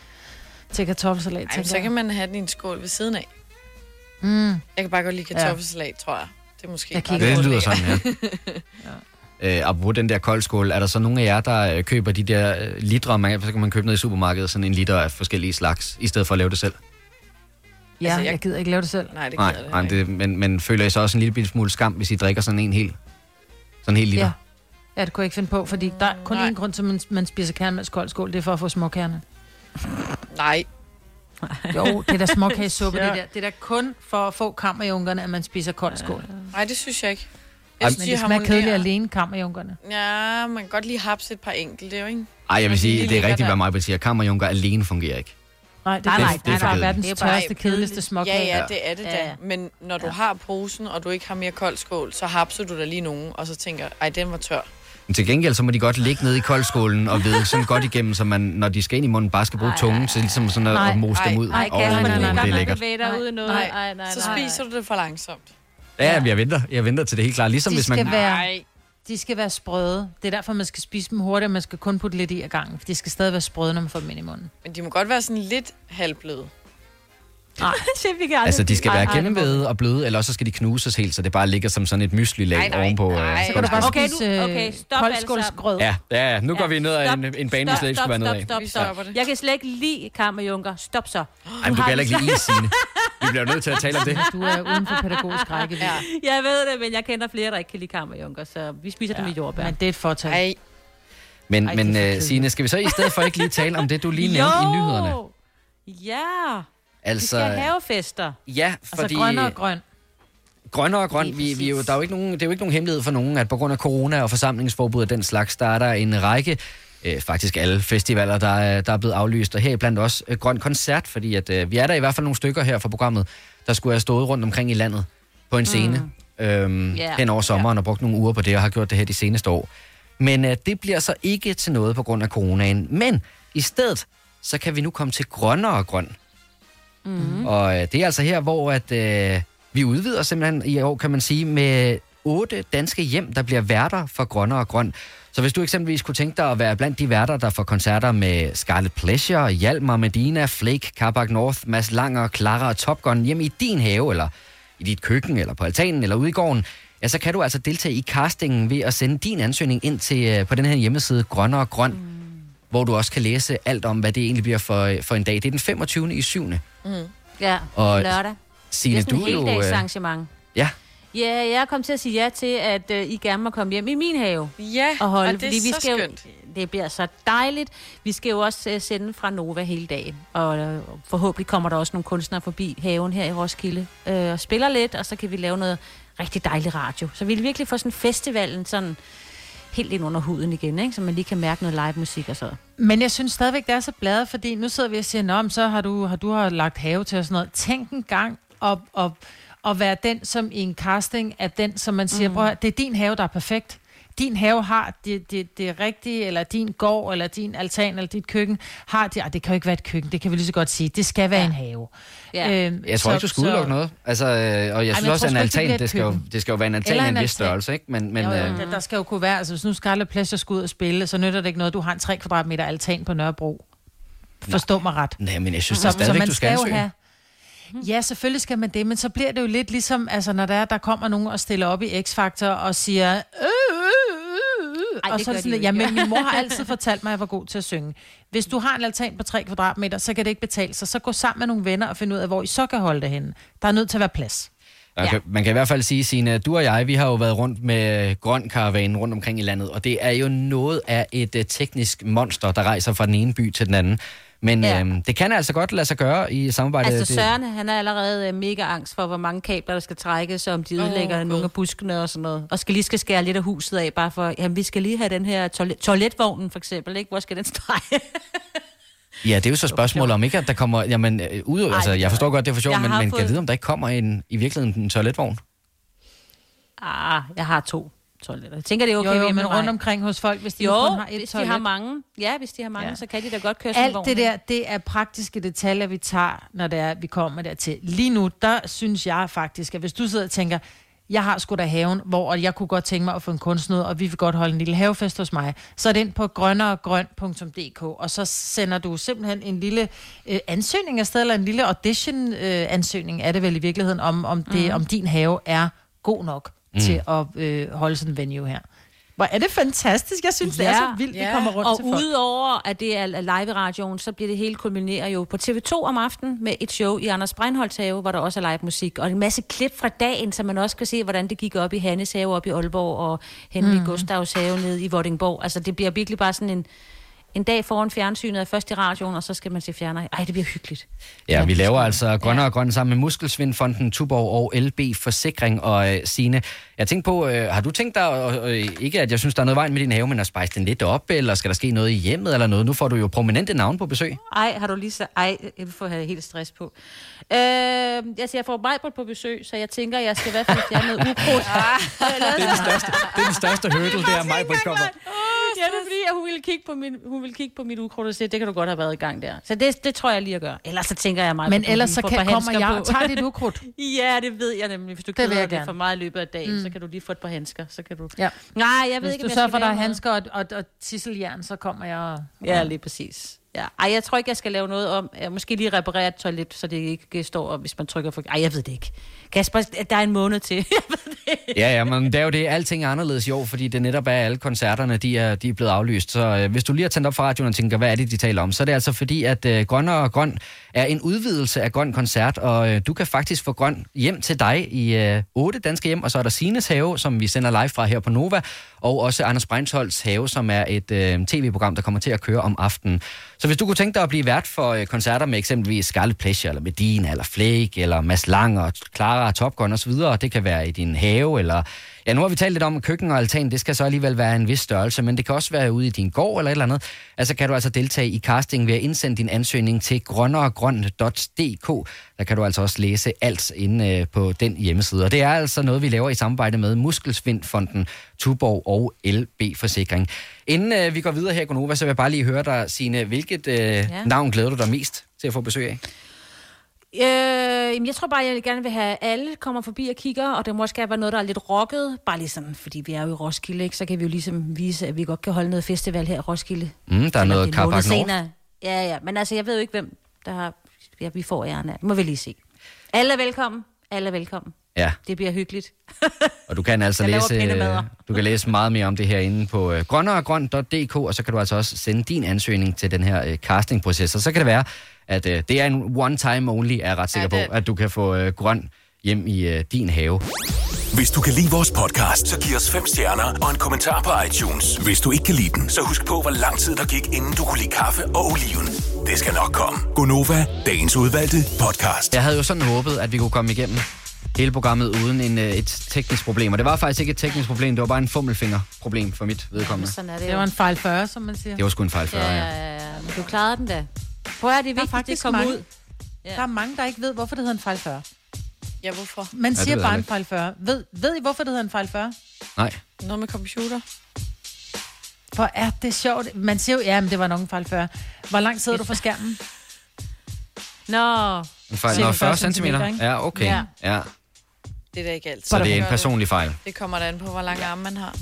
til kartoffelsalat. Ej, så kan man have den i en skål ved siden af. Mm. Jeg kan bare godt lide kartoffelsalat, ja. tror jeg. Det er måske jeg bare det lyder sådan, ja. ja. Øh, apropos den der koldskål, er der så nogle af jer, der køber de der liter, man, så kan man købe ned i supermarkedet, sådan en liter af forskellige slags, i stedet for at lave det selv? Ja, altså, jeg, jeg gider ikke lave det selv. Nej, det Nej, gider det nej det, men, men føler I så også en lille smule skam, hvis I drikker sådan en hel, sådan en hel liter? Ja. Ja, det kunne jeg ikke finde på, fordi der er kun én grund til, at man, man spiser kernmælkskold skål, det er for at få småkerner. Nej. Jo, det er der småkagesuppe, ja. det der. Det er der kun for at få kammerjunkerne, at man spiser kold skål. Nej, det synes jeg ikke. Jeg synes, men det smager kedeligt alene, kammerjunkerne. Ja, man kan godt lige hapse et par enkelte, jo ikke? Ej, jeg vil sige, det er rigtigt, hvad mig vil sige. Kammerjunker alene fungerer ikke. Nej, det er, nej, nej, det er bare verdens tørste, kedeligste småkage. Ja, ja, det er det da. Ja. Men når du ja. har posen, og du ikke har mere kold skål, så hapser du der lige nogen, og så tænker, ej, den var tør. Men til gengæld, så må de godt ligge nede i koldskålen og vide sådan godt igennem, så man, når de skal ind i munden, bare skal bruge tungen, så ligesom sådan at, at mose dem ud. Nej, oh, nej, nej, det er lækkert. Nej, nej, nej, så spiser du det for langsomt. Ja, jeg venter. Jeg venter til det helt klart. Ligesom de hvis man... Skal være, de skal være sprøde. Det er derfor, man skal spise dem hurtigt, og man skal kun putte lidt i ad gangen. For de skal stadig være sprøde, når man får dem ind i munden. Men de må godt være sådan lidt halvbløde. Nej, altså de skal være gennemvæde og bløde, eller så skal de knuses helt, så det bare ligger som sådan et mysli-lag ovenpå. Nej, så kan du bare spise okay, koldskålsgrød. Ja, ja, nu går vi ned ad en, en bane, vi slet ikke skulle være ned af. Stop, stop, stop. Jeg kan slet ikke lide kammerjunker. Stop så. Ej, men du kan heller ikke lide is, Signe. Vi bliver nødt til at tale om det. Du er uden for pædagogisk rækkevidde. Ja. Jeg ved det, men jeg kender flere, der ikke kan lide kammerjunker, så vi spiser ja. dem i jordbær. Men det er et fortag. Ej. Men, Ej, men uh, Signe, skal vi så i stedet for ikke lige tale om det, du lige nævnte i nyhederne? Ja. Altså, vi skal have fester. Ja, fordi... Altså grønner og grøn. Grønner og grøn, vi, vi er jo, der er jo ikke nogen, det er jo ikke nogen hemmelighed for nogen, at på grund af corona og forsamlingsforbud og den slags, der er der en række, øh, faktisk alle festivaler, der er, der er blevet aflyst, og heriblandt også øh, Grøn Koncert, fordi at, øh, vi er der i hvert fald nogle stykker her fra programmet, der skulle have stået rundt omkring i landet på en scene mm. øhm, yeah. hen over sommeren yeah. og brugt nogle uger på det, og har gjort det her de seneste år. Men øh, det bliver så ikke til noget på grund af coronaen, men i stedet, så kan vi nu komme til Grønner og Grøn. Mm-hmm. Og øh, det er altså her, hvor at, øh, vi udvider simpelthen i år, kan man sige, med otte danske hjem, der bliver værter for Grønner og Grøn. Så hvis du eksempelvis kunne tænke dig at være blandt de værter, der får koncerter med Scarlet Pleasure, Hjalmar, Medina, Flake, Carbac North, Mads Langer, Clara og Top Gun hjemme i din have, eller i dit køkken, eller på altanen, eller ude i gården, ja, så kan du altså deltage i castingen ved at sende din ansøgning ind til, på den her hjemmeside Grønner og Grøn, mm. hvor du også kan læse alt om, hvad det egentlig bliver for, for en dag. Det er den femogtyvende i syvende Mm. Ja, og lørdag. Signe, det er sådan et heldagsarrangement. Ja. Ja, jeg kom til at sige ja til, at uh, I gerne må komme hjem i min have. Ja, og, holde, og det er fordi vi så skal skønt. Jo, det bliver så dejligt. Vi skal jo også uh, sende fra Nova hele dagen. Og uh, forhåbentlig kommer der også nogle kunstnere forbi haven her i Roskilde uh, og spiller lidt, og så kan vi lave noget rigtig dejlig radio. Så vi vil virkelig få sådan festivalen sådan helt ind under huden igen, ikke? Så man lige kan mærke noget live musik og så. Men jeg synes stadigvæk, det er så bladet, fordi nu sidder vi og siger, nå, så har du, har du har lagt have til og sådan noget. Tænk en gang op, op, at være den, som i en casting er den, som man siger, mm. prøv at, det er din have, der er perfekt. Din have har det, det, det rigtige, eller din gård, eller din altan, eller dit køkken, har det. Ah, det kan jo ikke være et køkken, det kan vi lige så godt sige. Det skal være ja. en have. Ja. Øhm, jeg tror så, ikke, du skal udelukke noget. Altså, og jeg Ej, synes jeg også, at en altan, det, det, skal jo, det skal jo være en altan af en vis størrelse, ikke? Men, men, jo, jo, øh... der, der skal jo kunne være, altså hvis nu Scarlet Pleasure skal ud og spille, så nytter det ikke noget, du har en tre kvadratmeter altan på Nørrebro. Forstå mig ret. Nej, men jeg synes så, stadigvæk, du skal ansøge. Have, ja, selvfølgelig skal man det, men så bliver det jo lidt ligesom, altså når der, er, der kommer nogen og stiller op i X-Factor og siger, øh, øh, øh, Ej, og så er det sådan, de ja, men min mor har altid fortalt mig, at jeg var god til at synge. Hvis du har en altan på tre kvadratmeter, så kan det ikke betale sig. Så gå sammen med nogle venner og finde ud af, hvor I så kan holde det henne. Der er nødt til at være plads. Okay, ja. Man kan i hvert fald sige, Signe, du og jeg, vi har jo været rundt med grøn karavanen rundt omkring i landet, og det er jo noget af et uh, teknisk monster, der rejser fra den ene by til den anden. Men ja. øhm, det kan altså godt lade sig gøre i samarbejde. Altså Søren, han er allerede mega angst for, hvor mange kabler, der skal trækkes, og om de ødelægger oh, nogle af buskene og sådan noget. Og skal lige skal skære lidt af huset af, bare for, jamen vi skal lige have den her toilet, toiletvognen for eksempel, ikke? Hvor skal den strege? Ja, det er jo så spørgsmålet om ikke, at der kommer, jamen, ud, Ej, altså, jeg forstår godt, det er for sjovt, men, men fået... kan jeg vide, om der ikke kommer en, i virkeligheden en toiletvogn? Ah, jeg har to toiletter. Jeg tænker, det er okay. Jo, jo, men rundt omkring hos folk, hvis de jo, kun har et hvis toilet. de har mange. Ja, hvis de har mange, ja. Så kan de da godt køre sådan en vogn. Alt det der, det er praktiske detaljer, vi tager, når det er, vi kommer dertil. Lige nu, der synes jeg faktisk, at hvis du sidder og tænker, jeg har sgu da haven, hvor jeg kunne godt tænke mig at få en kunstner, og vi vil godt holde en lille havefest hos mig, så er det ind på grønnergrøn punktum d k, og så sender du simpelthen en lille øh, ansøgning afsted, eller en lille audition-ansøgning, øh, er det vel i virkeligheden, om, om, det, mm. om din have er god nok mm. til at øh, holde sådan en venue her. Hvor er det fantastisk. Jeg synes, ja, det er så vildt, ja. Vi kommer rundt og til folk. Og udover, at det er live i radioen, så bliver det hele kulminerer jo på T V to om aftenen med et show i Anders Breinholts have, hvor der også er live musik. Og en masse klip fra dagen, så man også kan se, hvordan det gik op i Hannes have op i Aalborg, og Henrik mm. Gustavs have nede i Vordingborg. Altså, det bliver virkelig bare sådan en... En dag foran fjernsynet, først i radioen, og så skal man se fjerner. Ej, det bliver hyggeligt. Ja, vi laver altså Grønne og Grønne sammen med Muskelsvindfonden, Tuborg og L B Forsikring. Og øh, Signe, jeg tænkte på, øh, har du tænkt dig, øh, ikke at jeg synes, der er noget vejen med din have, men at spejse den lidt op, eller skal der ske noget i hjemmet eller noget? Nu får du jo prominente navn på besøg. Ej, har du lige så... Ej, jeg får have helt stress på. Øh, altså, jeg får mig på besøg, så jeg tænker, jeg skal i hvert fald fjerne noget ukrudt. Det er den største, det er den største hurdle, det er mig på kommer. Ja, det er fordi, at hun ville kigge på min, hun ville kigge på mit ukrudt og sige, det kan du godt have været i gang der. Så det, det tror jeg lige at gøre. Ellers så tænker jeg mig... Men på, ellers så kan, kommer jeg og tager dit ukrudt. Ja, det ved jeg nemlig. Hvis du keder det for meget i løbet af dagen, mm. så kan du lige få et par handsker. Så kan du... Ja. Nej, jeg ved Hvis ikke, du sørger for, at der er handsker og, og, og tisseljern, så kommer jeg... Og... Ja, lige præcis. Ja. Ej, jeg tror ikke, jeg skal lave noget om... Jeg måske lige reparere et toilet, så det ikke står, hvis man trykker for... Ej, jeg ved det ikke. Kasper, der er en måned til. Ja, ja, men det er jo det. Alting er anderledes i år, fordi det netop er alle koncerterne, de er, de er blevet aflyst. Så øh, hvis du lige har tændt op for radioen og tænker, hvad er det, de taler om, så er det altså fordi, at øh, Grønne og Grøn er en udvidelse af Grøn Koncert, og øh, du kan faktisk få Grøn hjem til dig i øh, otte danske hjem, og så er der Signes have, som vi sender live fra her på Nova, og også Anders Breinholts have, som er et øh, tv-program, der kommer til at køre om aftenen. Så hvis du kunne tænke dig at blive vært for øh, koncerter med eksempelvis Scarlet Pleasure, eller Medina, eller Flake, eller Mads Lang og Clara og Top Gun osv., det kan være i din have, eller... Ja, nu har vi talt lidt om, at køkken og altan, det skal så alligevel være en vis størrelse, men det kan også være ude i din gård eller et eller andet. Altså kan du altså deltage i casting ved at indsende din ansøgning til grønneregrøn punktum d k. Der kan du altså også læse alt inde på den hjemmeside. Og det er altså noget, vi laver i samarbejde med Muskelsvindfonden, Tuborg og L B Forsikring. Inden øh, vi går videre her i Gonova, så vil jeg bare lige høre dig, Signe, hvilket øh, ja. navn glæder du dig mest til at få besøg af? Øh, jeg tror bare, jeg gerne vil have alle kommer forbi og kigger, og det må også gerne være noget, der er lidt rocket. Bare lige sådan, fordi vi er jo i Roskilde, ikke? Så kan vi jo ligesom vise, at vi godt kan holde noget festival her i Roskilde. Mm, der er noget Carpark North. Ja, ja, men altså, jeg ved jo ikke, hvem der har... Ja, vi får æren af. Må vi lige se. Alle er velkommen. Alle er velkommen. Ja. Det bliver hyggeligt. Og du kan altså læse, du kan læse meget mere om det her inde på uh, grønneregrøn punktum d k, og så kan du altså også sende din ansøgning til den her uh, castingproces. Og så kan det være, at uh, det er en one time only, er jeg ret sikker ja, det... på, at du kan få uh, grøn hjem i uh, din have. Hvis du kan lide vores podcast, så giv os fem stjerner og en kommentar på iTunes. Hvis du ikke kan lide den, så husk på, hvor lang tid der gik, inden du kunne lide kaffe og oliven. Det skal nok komme. Gonova, dagens udvalgte podcast. Jeg havde jo sådan håbet, at vi kunne komme igennem hele programmet uden en, et teknisk problem. Og det var faktisk ikke et teknisk problem, det var bare en fummelfingerproblem for mit vedkommende. Ja, det, det var en fejl fyrre, som man siger. Det var sgu en fejl fyrre, ja. Ja, ja, ja. Men du klarede den da. Prøv at det er vigtigt, at det kommer ud. Ja. Der er mange, der ikke ved, hvorfor det hedder en fejl fyrre. Ja, hvorfor? Man siger ja, bare en fejl fyrre. Ved, ved I, hvorfor det hedder en fejl fyrre? Nej. Noget med computer. Hvor er det sjovt. Man siger jo, ja, men det var nok en fejl fyrre. Hvor langt sidder du fra skærmen? Nå. En fejl, Nå, fyrre centimeter. Ja, okay. Ja. ja. Det er da ikke altid. Så det er en personlig fejl. Det kommer da an på, hvor lang arm man har.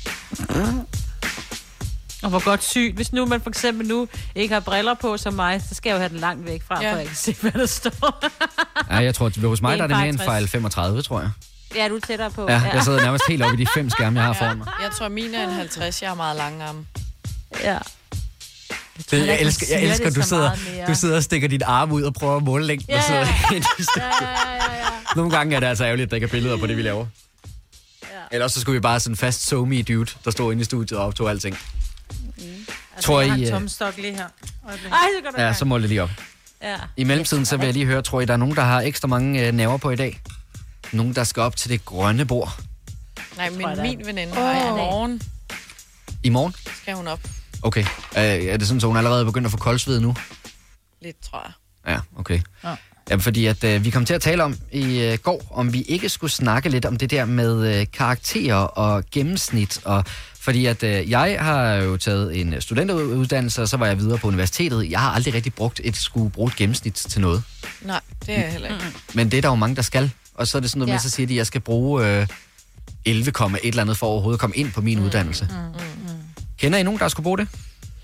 Og hvor godt sygt. Hvis nu man for eksempel nu ikke har briller på som mig, så skal jeg jo have den langt væk fra, ja. For jeg kan se, hvad der står. Ja, jeg tror, at hos mig der er det mere en fejl femogtredive, tror jeg. Ja, du er tættere på. Ja, jeg sidder nærmest helt oppe i de fem skærme, jeg har foran mig. Jeg tror, mine er en halvtreds. Jeg har meget lange arme. Ja. Det, jeg, jeg elsker, jeg elsker du, sidder, du sidder og stikker dit arm ud og prøver at måle længden. Ja, ja. Ja, ja, ja, ja. Nogle gange er det altså ærgerligt, at der ikke er billeder på det, vi laver. Ja. Ellers så skulle vi bare sådan fast SoMe dude, der stod inde i studiet og optog alting. Mm. Altså, tror jeg har I, en tomstok lige her. Ej, så går ja, så måler det lige op. Ja. I mellemtiden, så vil jeg lige høre, tror I, der er nogen, der har ekstra mange øh, nerver på i dag? Nogen, der skal op til det grønne bord? Nej, men min veninde har oh. i morgen. I morgen? Skal hun op. Okay. Øh, er det sådan, så hun allerede begyndt at få koldsved nu? Lidt, tror jeg. Ja, okay. Ja. Ja, fordi at øh, vi kom til at tale om i øh, går, om vi ikke skulle snakke lidt om det der med øh, karakterer og gennemsnit. Og, fordi at øh, jeg har jo taget en studenteruddannelse, og så var jeg videre på universitetet. Jeg har aldrig rigtig brugt et, skulle bruge et gennemsnit til noget. Nej, det er jeg heller ikke. Men det er der jo mange, der skal. Og så er det sådan noget ja. med, så siger de, at jeg skal bruge øh, elleve komma et eller andet for overhovedet at komme ind på min mm, uddannelse. Mm, mm, mm. Kender I nogen, der skulle bruge det?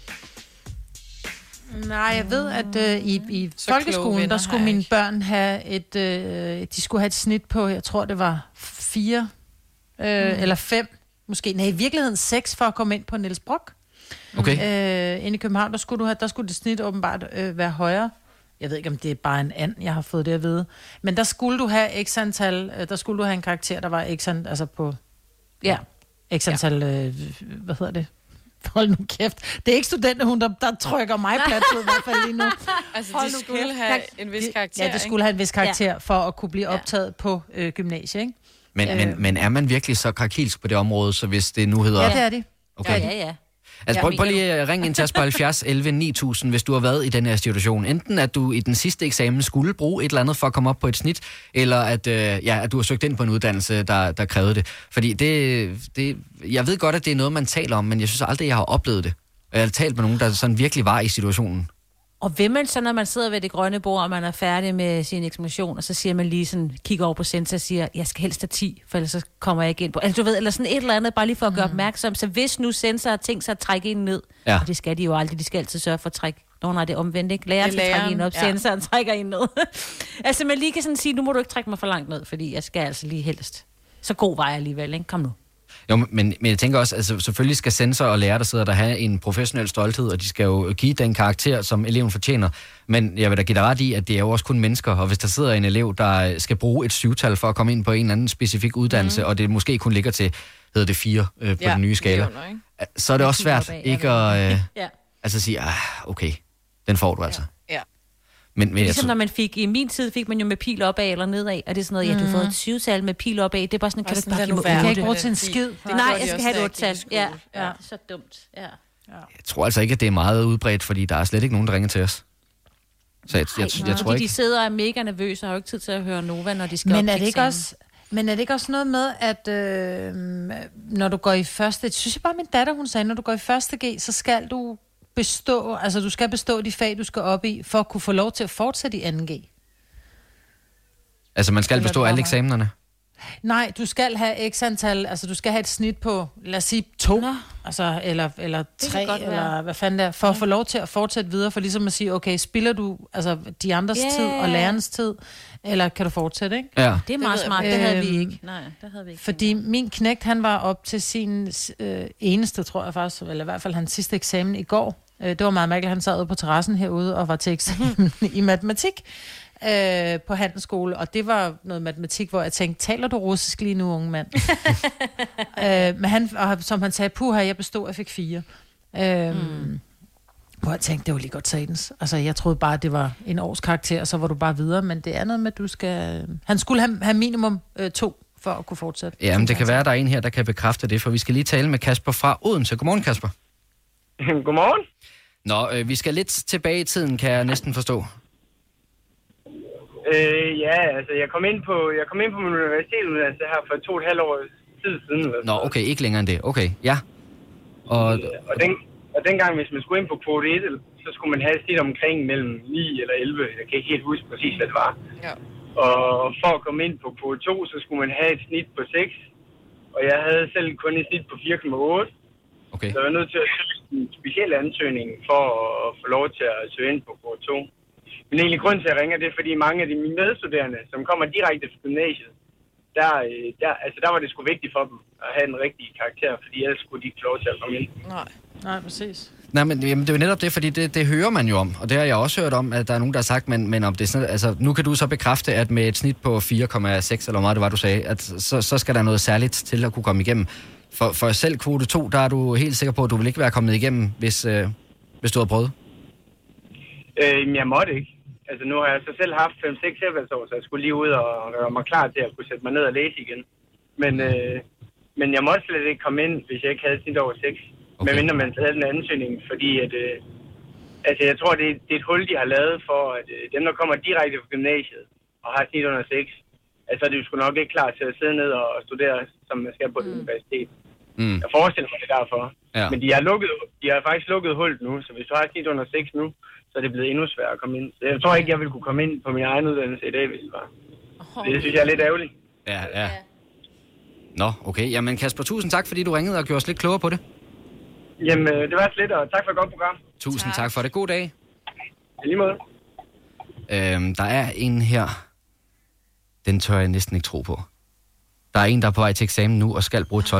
Nej, jeg ved, at øh, i, i folkeskolen, der skulle mine børn have et, øh, de skulle have et snit på, jeg tror det var fire øh, mm. eller fem, Måske, nej, i virkeligheden seks for at komme ind på Niels Brock. Okay. Øh, inde i København, der skulle, du have, der skulle det snit åbenbart øh, være højere. Jeg ved ikke, om det er bare en and, jeg har fået det at vide. Men der skulle du have x antal, øh, der skulle du have en karakter, der var x antal, altså på, ja, x antal, øh, hvad hedder det? Hold nu kæft. Det er ikke studenterhund, der, der trykker mig plat ud, i hvert fald lige nu. Altså, Hold de nu skulle kæft. have en vis karakter, Ja, det skulle have en vis karakter, ja. for at kunne blive optaget ja. på øh, gymnasiet, ikke? Men, Øh. men, men er man virkelig så krakilsk på det område, så hvis det nu hedder... Ja, det er det. Okay. Ja, ja. Altså prøv, prøv lige at ringe ind til os på halvfjerds elleve ni tusind, hvis du har været i den her situation. Enten at du i den sidste eksamen skulle bruge et eller andet for at komme op på et snit, eller at, øh, ja, at du har søgt ind på en uddannelse, der, der krævede det. Fordi det, det... Jeg ved godt, at det er noget, man taler om, men jeg synes aldrig, jeg har oplevet det. Jeg har talt med nogen, der sådan virkelig var i situationen. Og vil man så, når man sidder ved det grønne bord, og man er færdig med sin eksamination, og så siger man lige sådan, kigger over på Sensa og siger, jeg skal helst have ti, for ellers så kommer jeg ikke ind på. Altså du ved, eller sådan et eller andet, bare lige for at gøre mm. opmærksom. Så hvis nu Sensa har tænkt sig at trække en ned, ja. Og det skal de jo aldrig, de skal altid sørge for at trække. Nå nej, det er omvendt, ikke? Læreren skal trække en op, ja. Sensoren trækker en ned. Altså man lige kan sådan sige, nu må du ikke trække mig for langt ned, fordi jeg skal altså lige helst. Så god vej alligevel, ikke? Kom nu. Jo, men, men jeg tænker også, altså selvfølgelig skal sensor og lærer, der sidder der, have en professionel stolthed, og de skal jo give den karakter, som eleven fortjener. Men jeg vil da give dig ret i, at det er jo også kun mennesker, og hvis der sidder en elev, der skal bruge et syvtal for at komme ind på en eller anden specifik uddannelse, mm. og det måske kun ligger til, hedder det fire øh, på ja, den nye skala, millioner, ikke? Så er det også svært ikke at øh, ja. altså sige, ah, okay, den får du altså. Ja. Men, men ligesom når man fik, i min tid fik man jo med pil opad eller nedad, og det er sådan noget, ja, du har fået et syvtal med pil opad, det er bare sådan, kan du bare give mig, du kan ikke bruge til en skid. Nej, jeg skal have et otte-tal. Ja, ja, det er så dumt. Ja. Jeg tror altså ikke, at det er meget udbredt, fordi der er slet ikke nogen, der ringer til os. Så jeg, jeg, jeg, jeg tror ikke... de sidder og er mega nervøse og har jo ikke tid til at høre Nova, når de skal men op er til det ikke også, Men er det ikke også noget med, at øh, når du går i første... Det synes jeg bare, min datter, hun sagde, når du går i første G, så skal du bestå, altså du skal bestå de fag, du skal op i, for at kunne få lov til at fortsætte i anden G. Altså man skal Eller bestå alle eksamenerne? Nej, du skal have x antal, altså du skal have et snit på, lad os sige, to, altså, eller, eller tre, eller være. hvad fanden det er, for ja. at få lov til at fortsætte videre, for ligesom at sige, okay, spiller du altså, de andres yeah. tid og lærernes tid, eller kan du fortsætte, ikke? Ja. Det er meget smart, det havde vi ikke. Nej, det havde vi ikke. Fordi min knægt, han var op til sin øh, eneste, tror jeg faktisk, eller i hvert fald hans sidste eksamen i går. Øh, det var meget mærkeligt, han sad ude på terrassen herude og var til eksamen i matematik. Øh, på handelsskole, og det var noget matematik, hvor jeg tænkte, taler du russisk lige nu, unge mand? øh, men han, og som han sagde, puha, jeg bestod, jeg fik fire. Øh, mm. Hvor jeg tænkte, det var lige godt satans. Altså, jeg troede bare, det var en års karakter, og så var du bare videre, men det er noget med, at du skal... Han skulle have, have minimum øh, to, for at kunne fortsætte. Ja, men det kan være, at der er en her, der kan bekræfte det, for vi skal lige tale med Kasper fra Odense. Godmorgen, Kasper. Godmorgen. Nå, øh, vi skal lidt tilbage i tiden, kan jeg næsten forstå. Øh, ja, altså jeg kom ind på jeg kom ind på min universitetsuddannelse her for to og et halvt år tid siden. Nå, okay, ikke længere end det. Okay, ja. Og, øh, og, den, og dengang, hvis man skulle ind på kvote et, så skulle man have et snit omkring mellem ni eller elleve. Jeg kan ikke helt huske præcis, hvad det var. Ja. Og for at komme ind på kvote to, så skulle man have et snit på seks. Og jeg havde selv kun et snit på fire komma otte. Okay. Så jeg var nødt til at søge en speciel ansøgning for at få lov til at søge ind på kvote to. Men egentlig grund til, at jeg ringer, det er, fordi mange af de mine medstuderende, som kommer direkte fra gymnasiet, der, der, altså der var det sgu vigtigt for dem at have en rigtig karakter, fordi ellers skulle de ikke få lov til at komme ind. Nej, Nej præcis. Nej, men jamen, det er jo netop det, fordi det, det hører man jo om, og det har jeg også hørt om, at der er nogen, der har sagt, men, men om det er sådan, altså, nu kan du så bekræfte, at med et snit på fire komma seks, eller hvor meget det var, du sagde, at så, så skal der noget særligt til at kunne komme igennem. For, for selv kvote to, der er du helt sikker på, at du vil ikke være kommet igennem, hvis, øh, hvis du havde prøvet? Øh, jeg måtte ikke. Altså nu har jeg så selv haft fem seks efterårsår, så jeg skulle lige ud og gøre mig klar til at kunne sætte mig ned og læse igen. Men, øh, men jeg måtte slet ikke komme ind, hvis jeg ikke havde snit over seks. Okay. Medmindre man havde en ansøgning, fordi at, øh, altså jeg tror, det er, det er et hul, de har lavet for, at øh, dem, der kommer direkte fra gymnasiet og har snit under seks, altså er de jo sgu nok ikke klar til at sidde ned og studere, som man skal på et mm. universitet. Mm. Jeg forestiller mig det derfor. Ja. Men de har, lukket, de har faktisk lukket hullet nu, så hvis du har snit under seks nu, så er det blevet endnu sværere at komme ind. Så jeg tror ikke, jeg ville kunne komme ind på min egen uddannelse i dag, hvis det var. Oh. Det synes jeg er lidt ærgerligt. Ja, ja. Nå, okay. Jamen Kasper, tusind tak, fordi du ringede og gjorde os lidt klogere på det. Jamen, det var slet, og tak for et godt program. Tusind tak, tak for det. God dag. I lige måde. Øhm, der er en her. Den tør jeg næsten ikke tro på. Der er en, der er på vej til eksamen nu og skal bruge et tolv-tal.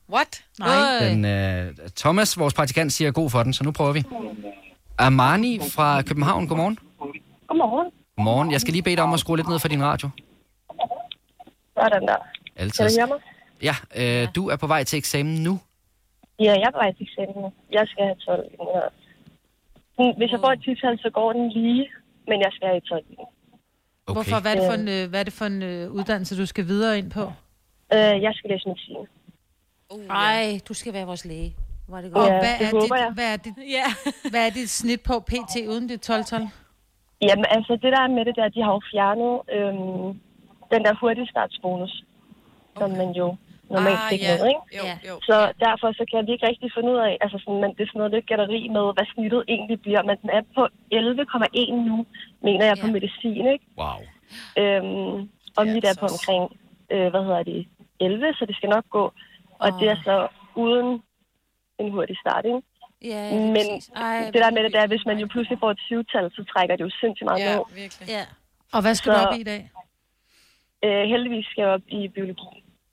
What? Nej. Den, øh, Thomas, vores praktikant, siger god for den, så nu prøver vi. Armani fra København, godmorgen. Godmorgen. Godmorgen. Jeg skal lige bede dig om at skrue lidt ned for din radio. Sådan der. Altid. Kan du høre mig? Ja, øh, du er på vej til eksamen nu. Ja, jeg er på vej til eksamen nu. Jeg skal have tolv i den her. Hvis jeg får et ti-tal, så går den lige, men jeg skal have et tolv i den. Okay. Hvorfor? Hvad er det for en, øh, hvad er det for en øh, uddannelse, du skal videre ind på? Øh, jeg skal læse medicin. Uh, Ej, du skal være vores læge. Hvor er det godt. Og Ja, hvad, det er håber dit, jeg. hvad, er dit, ja. hvad er dit snit på P T uden dit tolv-tal? Jamen, altså det der er med det der, de har jo fjernet øhm, den der hurtigstartsbonus, okay. som man jo normalt Ah, fik ja. med, ikke? Jo, jo. Så derfor så kan vi ikke rigtig finde ud af, altså sådan, men det er sådan noget lidt gætteri med, hvad snittet egentlig bliver. Men den er på elleve komma en nu, mener jeg, på medicin, ikke? Wow. Øhm, og mit er på omkring, øh, hvad hedder det, elleve, så det skal nok gå. Og Åh. det er så uden en hurtig start, ikke? Ja, Men Ej, det der med det der, hvis man jo pludselig får et syvtal, så trækker det jo sindssygt meget Ja, ned. virkelig. Ja. Og hvad skal Så- du op i i dag? Øh, heldigvis skal jeg op i biologi.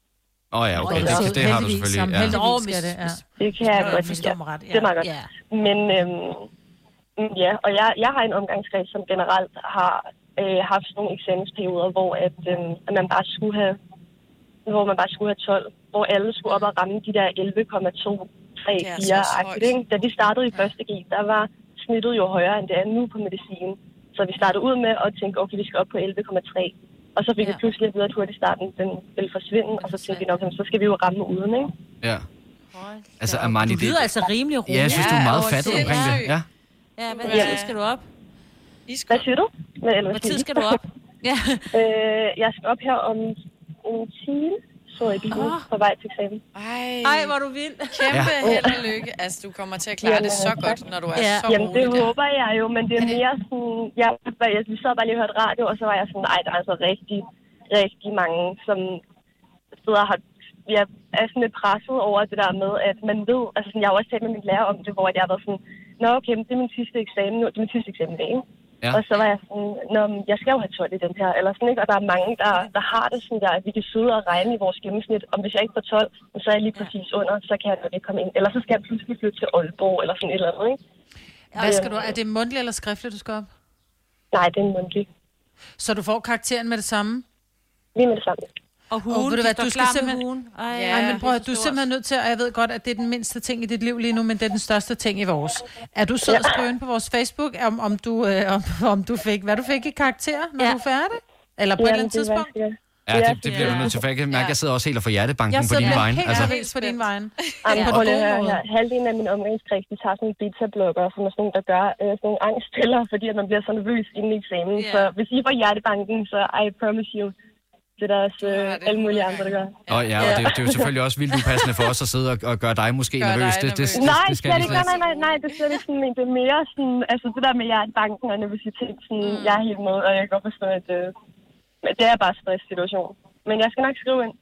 Åh oh, ja, okay. Okay, Det, så det, det har du heldigvis, selvfølgelig. som Ja. heldigvis skal det, ja. Det kan jeg Ja, godt hvis lide. du har ret, ja. Det er meget godt. Ja. Men øhm, mm, ja, og jeg, jeg har en omgangskreds, som generelt har øh, haft sådan nogle eksamensperioder, hvor at, øhm, at man bare skulle have hvor man bare skulle have tolv, hvor alle skulle op og ramme de der elleve komma to, tre, Det er fire så agtigt, ikke? Da vi startede i første G, der var snittet jo højere, end det er nu på medicin. Så vi startede ud med at tænke, okay, vi skal op på elleve komma tre. Og så fik vi pludselig at vide, at hurtigstarten den ville forsvinde, og så tænkte vi nok, så skal vi jo ramme uden, ikke? Ja. Altså, Armani, Du lyder altså rimelig rolig. Ja, jeg synes, du er meget over fattet det. omkring det. Ja. Ja, hvad Ja. tid skal du op? Hvad siger du? Hvad, eller, Hvad tid skal du op? Ja. øh, jeg skal op her om en time, så jeg bilen Åh. på vej til eksamen. Ej, Ej, hvor er du vild. Kæmpe Ja. held og lykke. Altså, du kommer til at klare det så godt, når du er ja. så Jamen, det rolig der. håber jeg jo, men det er mere sådan... Jeg, jeg, vi sad bare lige og hørte radio, og så var jeg sådan, nej, der er altså rigtig, rigtig mange, som sidder og har... Jeg er sådan lidt presset over det der med, at man ved... Altså, sådan, jeg har jo også talt med min lærer om det, hvor jeg har været sådan, nå, okay, men det er min sidste eksamen nu, det er min sidste eksamen i dag, ikke? Ja. Og så var jeg sådan, nå, men jeg skal jo have tolv i den her, eller sådan, ikke? Og der er mange, der, der har det sådan der, at vi kan sidde og regne i vores gennemsnit, om hvis jeg ikke får tolv, så er jeg lige præcis under, så kan jeg nok ikke komme ind. Eller så skal jeg pludselig flytte til Aalborg, eller sådan et eller andet, ikke? Hvad skal du, er det mundtligt eller skriftligt, du skal op? Nej, det er en mundtlig. Så du får karakteren med det samme? Lige med det samme. Og Huen, huen, ved du de hvad, står du skal klar med simpelthen... huen. Ej, Ej, ja, men prøv, det er at- du er så simpelthen nødt til, og jeg ved godt, at det er den mindste ting i dit liv lige nu, men det er den største ting i vores. Er du sød at skrive ind på vores Facebook, om, om, du, øh, om, om du fik, hvad du fik i karakter, når ja. du er færdig? Eller på et eller andet tidspunkt? Ja, det, det bliver du nødt til, for jeg kan mærke, at jeg sidder også helt og får hjertebanken Jeg på din sidder vejen. helt Altså, nervøs på din vejen. Ej, Ja. ja. På Prøv den lige at gode høre måde. her. Halvdelen af min omgangskreds, de tager sådan en beta-blokker, som er sådan nogle, der gør øh, sådan nogle angststiller, fordi at man bliver så nervøs inden i eksamen. Ja. Så hvis I får hjertebanken, så I promise you, det er der også øh, alle mulige andre, der gør. og ja, og det, det er jo selvfølgelig også vildt upassende for os at sidde og, og gøre dig måske Gør nervøs. dig Det, det, det, Nej, det skal slet vi ikke. slet Nej, nej, nej, nej, det er slet ikke sådan, det er mere sådan, altså det der med hjertebanken og nervøsitet, sådan, Mm. jeg er helt med, og jeg kan godt forstå, at øh, men det er bare stresssituation. Men jeg skal nok skrive ind.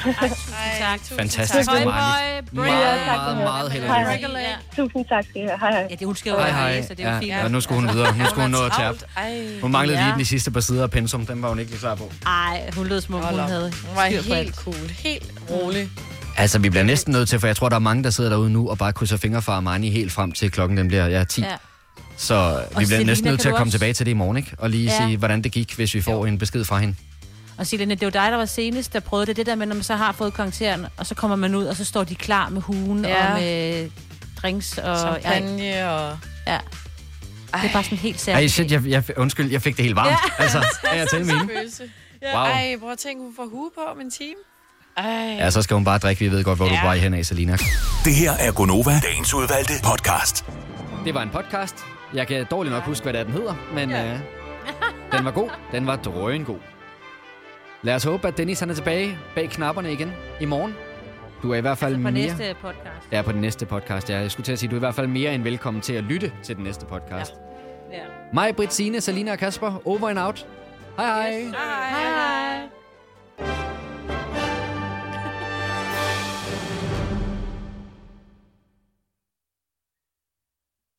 Tak. Fantastisk, Hej, Armani. hej. Meget, meget, meget held og Hej, lykke. hej. Tusind tak skal I have. Hej, hej. Ja, det hun skal jo Hej, hej. så det er jo fint. Ja, og nu skulle hun videre. Nu skulle hun nå at tabe. Ej. Hun manglede Ja. lige de sidste par sider af pensum. Den var hun ikke lige klar på. Ej, hun lød som om, hun havde Hun var styr på helt alt. cool. Helt rolig. Altså, vi bliver næsten nødt til, for jeg tror, der er mange, der sidder derude nu og bare krydser fingre for Armani helt frem til klokken den bliver ja, ti. Ja. Så vi bliver Selina, næsten nødt kan til at du komme også- tilbage til det i morgen, ikke? Og lige Ja. sige, hvordan det gik, hvis vi får en besked fra hende. Og Selina, det var dig, der var senest, der prøvede det. Det der med, når man så har fået karakteren, og så kommer man ud, og så står de klar med hugen Ja. og med drinks og... Champagne og... Ja. Det er bare sådan helt Ej, særligt. shit, jeg, jeg, undskyld, jeg fik det helt varmt. Ja. Altså, er jeg til med hende? Ja. Wow. Ej, prøv at tænke, hun får hue på om en time. Ej. Ja, så skal hun bare drikke. Vi ved godt, hvor ja. du er på vej hen af, Selina. Det her er Gonova, dagens udvalgte podcast. Det var en podcast. Jeg kan dårligt nok huske, hvad det er, den hedder, men ja. øh, den var god. Den var drøngod. Lad os håbe, at Dennis han er tilbage bag knapperne igen i morgen. Du er i hvert fald Altså på mere... næste podcast. Ja, på den næste podcast. Ja, jeg skulle til at sige, du er i hvert fald mere end velkommen til at lytte til den næste podcast. Ja. Mig, Britt, Signe, Selina og Kasper. Over and out. Hej hej. Hej hej.